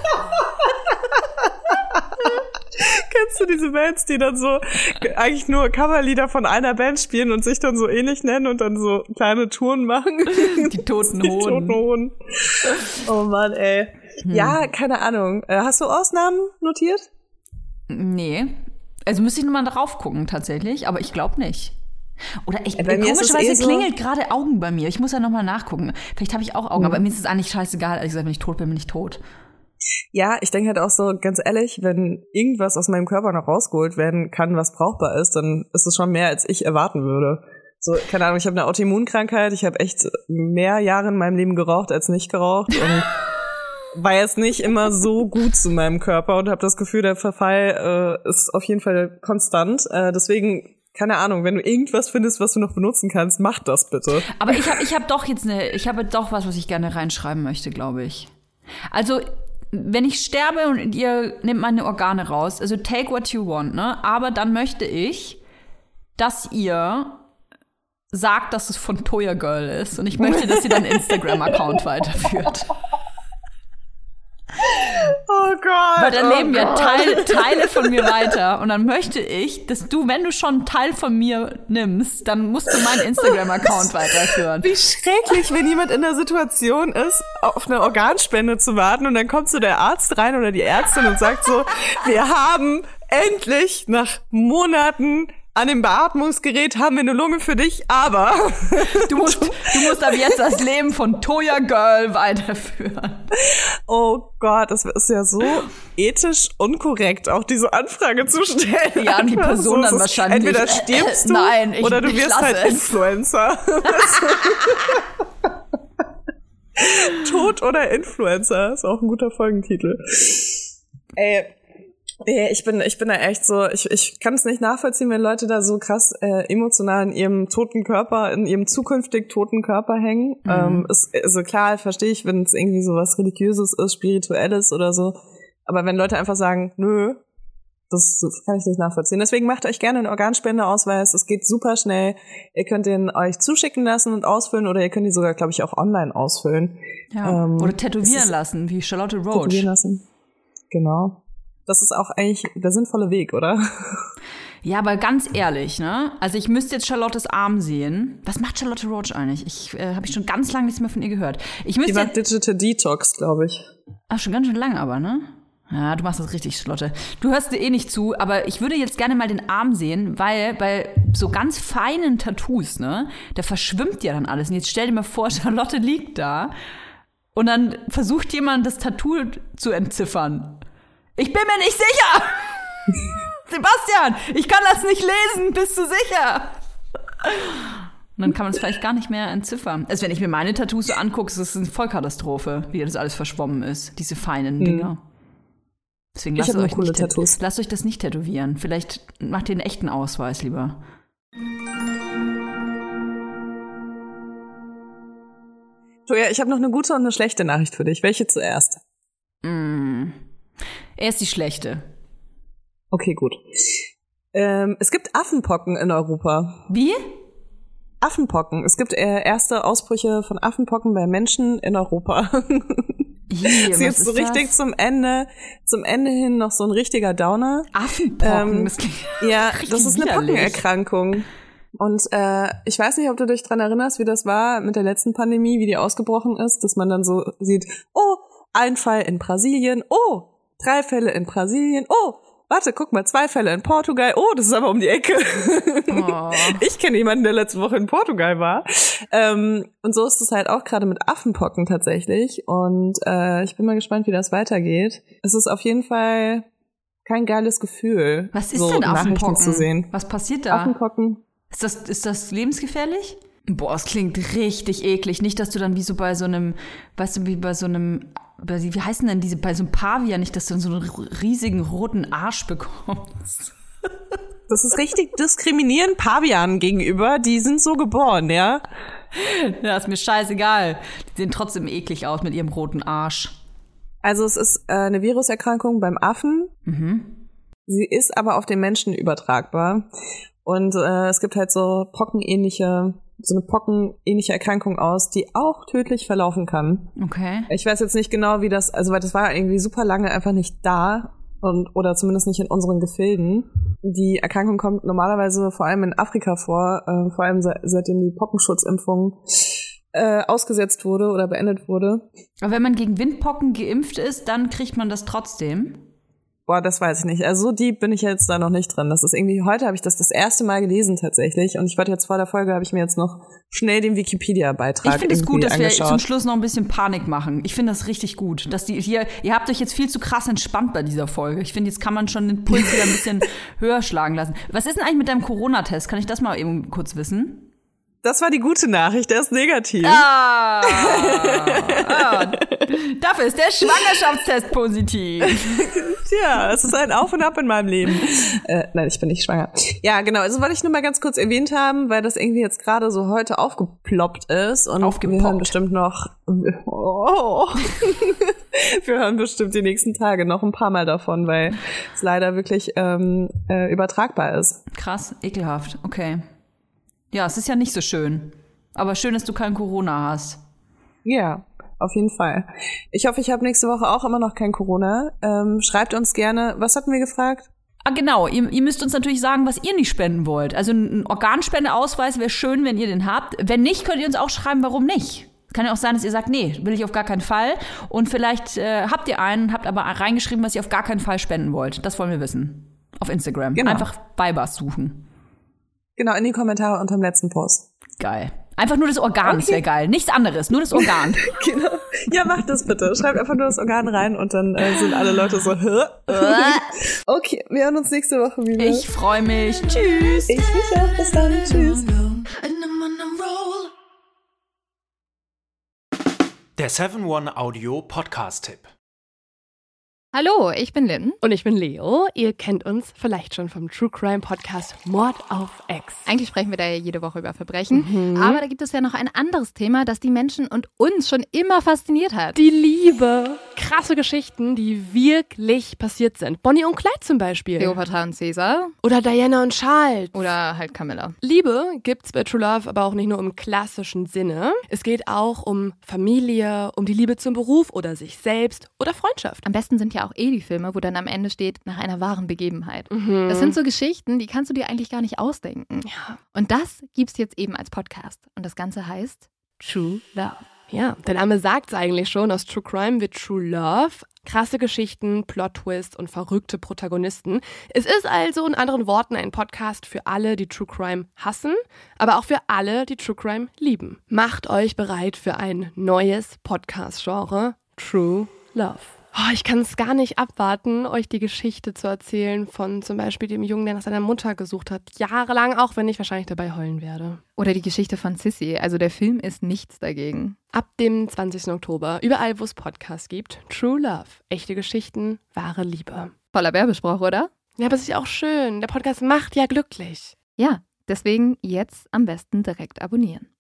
Kennst du diese Bands, die dann so eigentlich nur Coverlieder von einer Band spielen und sich dann so ähnlich nennen und dann so kleine Touren machen? Die toten Die Hoden. toten Hoden. Oh Mann, ey. Ja, keine Ahnung. Äh, Hast du Ausnahmen notiert? Nee. Also müsste ich nochmal drauf gucken, tatsächlich. Aber ich glaube nicht. Oder ich, Bei mir ist es komischerweise eh so- klingelt gerade Augen bei mir. Ich muss ja nochmal nachgucken. Vielleicht habe ich auch Augen, Mhm. aber mir ist es eigentlich scheißegal. Ehrlich gesagt, wenn ich tot bin, bin ich tot. Ja, ich denke halt auch so, ganz ehrlich, wenn irgendwas aus meinem Körper noch rausgeholt werden kann, was brauchbar ist, dann ist es schon mehr, als ich erwarten würde. So, keine Ahnung, ich habe eine Autoimmunkrankheit, ich habe echt mehr Jahre in meinem Leben geraucht als nicht geraucht und war jetzt nicht immer so gut zu meinem Körper und habe das Gefühl, der Verfall äh, ist auf jeden Fall konstant. Äh, deswegen, keine Ahnung, wenn du irgendwas findest, was du noch benutzen kannst, mach das bitte. Aber ich habe ich hab doch jetzt eine, ich habe doch was, was ich gerne reinschreiben möchte, glaube ich. Also, wenn ich sterbe und ihr nehmt meine Organe raus, also take what you want, ne? Aber dann möchte ich, dass ihr sagt, dass es von Toya Girl ist. Und ich möchte, dass sie dann Instagram-Account weiterführt. Oh Gott. Weil dann oh leben ja Gott. Teil, Teile von mir weiter. Und dann möchte ich, dass du, wenn du schon einen Teil von mir nimmst, dann musst du meinen Instagram-Account weiterführen. Wie schrecklich, wenn jemand in der Situation ist, auf eine Organspende zu warten und dann kommt so der Arzt rein oder die Ärztin und sagt so, wir haben endlich nach Monaten an dem Beatmungsgerät haben wir eine Lunge für dich, aber Du musst, du musst ab jetzt das Leben von Toya Girl weiterführen. oh Gott, das ist ja so ethisch unkorrekt, auch diese Anfrage zu stellen. Ja, und die Einfach Person dann es ist, wahrscheinlich, entweder äh, stirbst du nein, ich- oder du ich wirst lasse halt es. Influencer. Tod oder Influencer ist auch ein guter Folgentitel. Ey, nee, ich bin, ich bin da echt so, ich, ich kann es nicht nachvollziehen, wenn Leute da so krass äh, emotional in ihrem toten Körper, in ihrem zukünftig toten Körper hängen. Mhm. Ähm, ist, also klar, verstehe ich, wenn es irgendwie so was Religiöses ist, Spirituelles oder so. Aber wenn Leute einfach sagen, nö, das, das kann ich nicht nachvollziehen. Deswegen macht euch gerne einen Organspendeausweis. Es geht super schnell. Ihr könnt den euch zuschicken lassen und ausfüllen oder ihr könnt ihn sogar, glaube ich, auch online ausfüllen. Ja. Ähm, Oder es tätowieren ist- lassen, wie Charlotte Roach. Tätowieren lassen. Genau. Das ist auch eigentlich der sinnvolle Weg, oder? Ja, aber ganz ehrlich, ne? Also ich müsste jetzt Charlottes Arm sehen. Was macht Charlotte Roach eigentlich? Ich äh, habe ich schon ganz lange nichts mehr von ihr gehört. Ich Die müsste macht Digital Detox, glaube ich. Ach, schon ganz schön lange aber, ne? Ja, du machst das richtig, Charlotte. Du hörst dir eh nicht zu, aber ich würde jetzt gerne mal den Arm sehen, weil bei so ganz feinen Tattoos, ne, da verschwimmt ja dann alles. Und jetzt stell dir mal vor, Charlotte liegt da und dann versucht jemand, das Tattoo zu entziffern. Ich bin mir nicht sicher! Sebastian, ich kann das nicht lesen, bist du sicher? Und dann kann man es vielleicht gar nicht mehr entziffern. Also wenn ich mir meine Tattoos so angucke, ist es eine Vollkatastrophe, wie das alles verschwommen ist, diese feinen Hm. Dinger. Deswegen Ich lasst hab nur euch, coole nicht tat- Tattoos. lasst euch das nicht tätowieren. Vielleicht macht ihr einen echten Ausweis lieber. Toja, ich habe noch eine gute und eine schlechte Nachricht für dich. Welche zuerst? Mm. Er ist die Schlechte. Okay, gut. Ähm, es gibt Affenpocken in Europa. Wie? Affenpocken. Es gibt äh, erste Ausbrüche von Affenpocken bei Menschen in Europa. Hier, ist jetzt so richtig das? zum Ende, zum Ende hin noch so ein richtiger Downer. Affenpocken, Ähm, das klingt Ja, richtig das ist eine widerlich. Pockenerkrankung. Und äh, ich weiß nicht, ob du dich dran erinnerst, wie das war mit der letzten Pandemie, wie die ausgebrochen ist, dass man dann so sieht, oh, ein Fall in Brasilien, oh, drei Fälle in Brasilien, oh, warte, guck mal, zwei Fälle in Portugal, oh, das ist aber um die Ecke. Oh. Ich kenne jemanden, der letzte Woche in Portugal war. Ähm, und so ist es halt auch gerade mit Affenpocken tatsächlich. Und äh, ich bin mal gespannt, wie das weitergeht. Es ist auf jeden Fall kein geiles Gefühl, Was ist so denn Nachrichten Affenpocken? zu sehen. Was passiert da? Affenpocken. Ist das, ist das lebensgefährlich? Boah, es klingt richtig eklig. Nicht, dass du dann wie so bei so einem, weißt du, wie bei so einem, bei, wie heißen denn diese, bei so einem Pavian, nicht, dass du dann so einen riesigen roten Arsch bekommst. Das ist richtig diskriminierend Pavianen gegenüber. Die sind so geboren, ja? Ja, ist mir scheißegal. Die sehen trotzdem eklig aus mit ihrem roten Arsch. Also es ist äh, eine Viruserkrankung beim Affen. Mhm. Sie ist aber auf den Menschen übertragbar. Und äh, es gibt halt so pockenähnliche, so eine pockenähnliche Erkrankung aus, die auch tödlich verlaufen kann. Okay. Ich weiß jetzt nicht genau, wie das, also weil das war irgendwie super lange einfach nicht da und oder zumindest nicht in unseren Gefilden. Die Erkrankung kommt normalerweise vor allem in Afrika vor, äh, vor allem se- seitdem die Pockenschutzimpfung äh, ausgesetzt wurde oder beendet wurde. Aber wenn man gegen Windpocken geimpft ist, dann kriegt man das trotzdem. Boah, das weiß ich nicht. Also so deep bin ich jetzt da noch nicht drin. Das ist irgendwie, heute habe ich das das erste Mal gelesen tatsächlich. Und ich wollte jetzt vor der Folge, habe ich mir jetzt noch schnell den Wikipedia-Beitrag Ich finde es gut, dass wir angeschaut. zum Schluss noch ein bisschen Panik machen. Ich finde das richtig gut. Dass die hier, ihr habt euch jetzt viel zu krass entspannt bei dieser Folge. Ich finde, jetzt kann man schon den Puls wieder ein bisschen höher schlagen lassen. Was ist denn eigentlich mit deinem Corona-Test? Kann ich das mal eben kurz wissen? Das war die gute Nachricht, der ist negativ. Ah, ah, dafür ist der Schwangerschaftstest positiv. Tja, es ist ein Auf und Ab in meinem Leben. Äh, nein, ich bin nicht schwanger. Ja, genau. Also wollte ich nur mal ganz kurz erwähnt haben, weil das irgendwie jetzt gerade so heute aufgeploppt ist. Und Aufgepoppt. wir hören bestimmt noch... Oh. Wir hören bestimmt die nächsten Tage noch ein paar Mal davon, weil es leider wirklich ähm, äh, übertragbar ist. Krass, ekelhaft. Okay. Ja, es ist ja nicht so schön. Aber schön, dass du kein Corona hast. Ja, auf jeden Fall. Ich hoffe, ich habe nächste Woche auch immer noch kein Corona. Ähm, schreibt uns gerne, was hatten wir gefragt? Ah, genau. Ihr, ihr müsst uns natürlich sagen, was ihr nicht spenden wollt. Also ein Organspendeausweis wäre schön, wenn ihr den habt. Wenn nicht, könnt ihr uns auch schreiben, warum nicht. Kann ja auch sein, dass ihr sagt, nee, will ich auf gar keinen Fall. Und vielleicht äh, habt ihr einen, habt aber reingeschrieben, was ihr auf gar keinen Fall spenden wollt. Das wollen wir wissen. Auf Instagram. Genau. Einfach Weibers suchen. Genau, in die Kommentare unter dem letzten Post. Geil. Einfach nur das Organ, das Okay. wäre geil. Nichts anderes, nur das Organ. Genau. Ja, macht das bitte. Schreibt einfach nur das Organ rein und dann äh, sind alle Leute so, hä? Okay, wir hören uns nächste Woche wieder. Ich freue mich. Tschüss. Ich mich auch. Bis dann. Tschüss. Der seven one Audio Podcast-Tipp. Hallo, ich bin Lynn. Und ich bin Leo. Ihr kennt uns vielleicht schon vom True Crime Podcast Mord auf Ex. Eigentlich sprechen wir da ja jede Woche über Verbrechen. Aber da gibt es ja noch ein anderes Thema, das die Menschen und uns schon immer fasziniert hat. Die Liebe. Krasse Geschichten, die wirklich passiert sind. Bonnie und Clyde zum Beispiel. Cleopatra und Caesar. Oder Diana und Charles. Oder halt Camilla. Liebe gibt's bei True Love aber auch nicht nur im klassischen Sinne. Es geht auch um Familie, um die Liebe zum Beruf oder sich selbst oder Freundschaft. Am besten sind ja auch eh die Filme, wo dann am Ende steht, nach einer wahren Begebenheit. Das sind so Geschichten, die kannst du dir eigentlich gar nicht ausdenken. Ja. Und das gibt's jetzt eben als Podcast. Und das Ganze heißt True Love. Ja, der Name sagt's eigentlich schon, aus True Crime wird True Love. Krasse Geschichten, Plot-Twist und verrückte Protagonisten. Es ist also in anderen Worten ein Podcast für alle, die True Crime hassen, aber auch für alle, die True Crime lieben. Macht euch bereit für ein neues Podcast-Genre, True Love. Oh, ich kann es gar nicht abwarten, euch die Geschichte zu erzählen von zum Beispiel dem Jungen, der nach seiner Mutter gesucht hat. Jahrelang, auch wenn ich wahrscheinlich dabei heulen werde. Oder die Geschichte von Sissy. Also der Film ist nichts dagegen. Ab dem zwanzigsten Oktober, überall wo es Podcasts gibt, True Love. Echte Geschichten, wahre Liebe. Voller Werbespruch, oder? Ja, aber es ist ja auch schön. Der Podcast macht ja glücklich. Ja, deswegen jetzt am besten direkt abonnieren.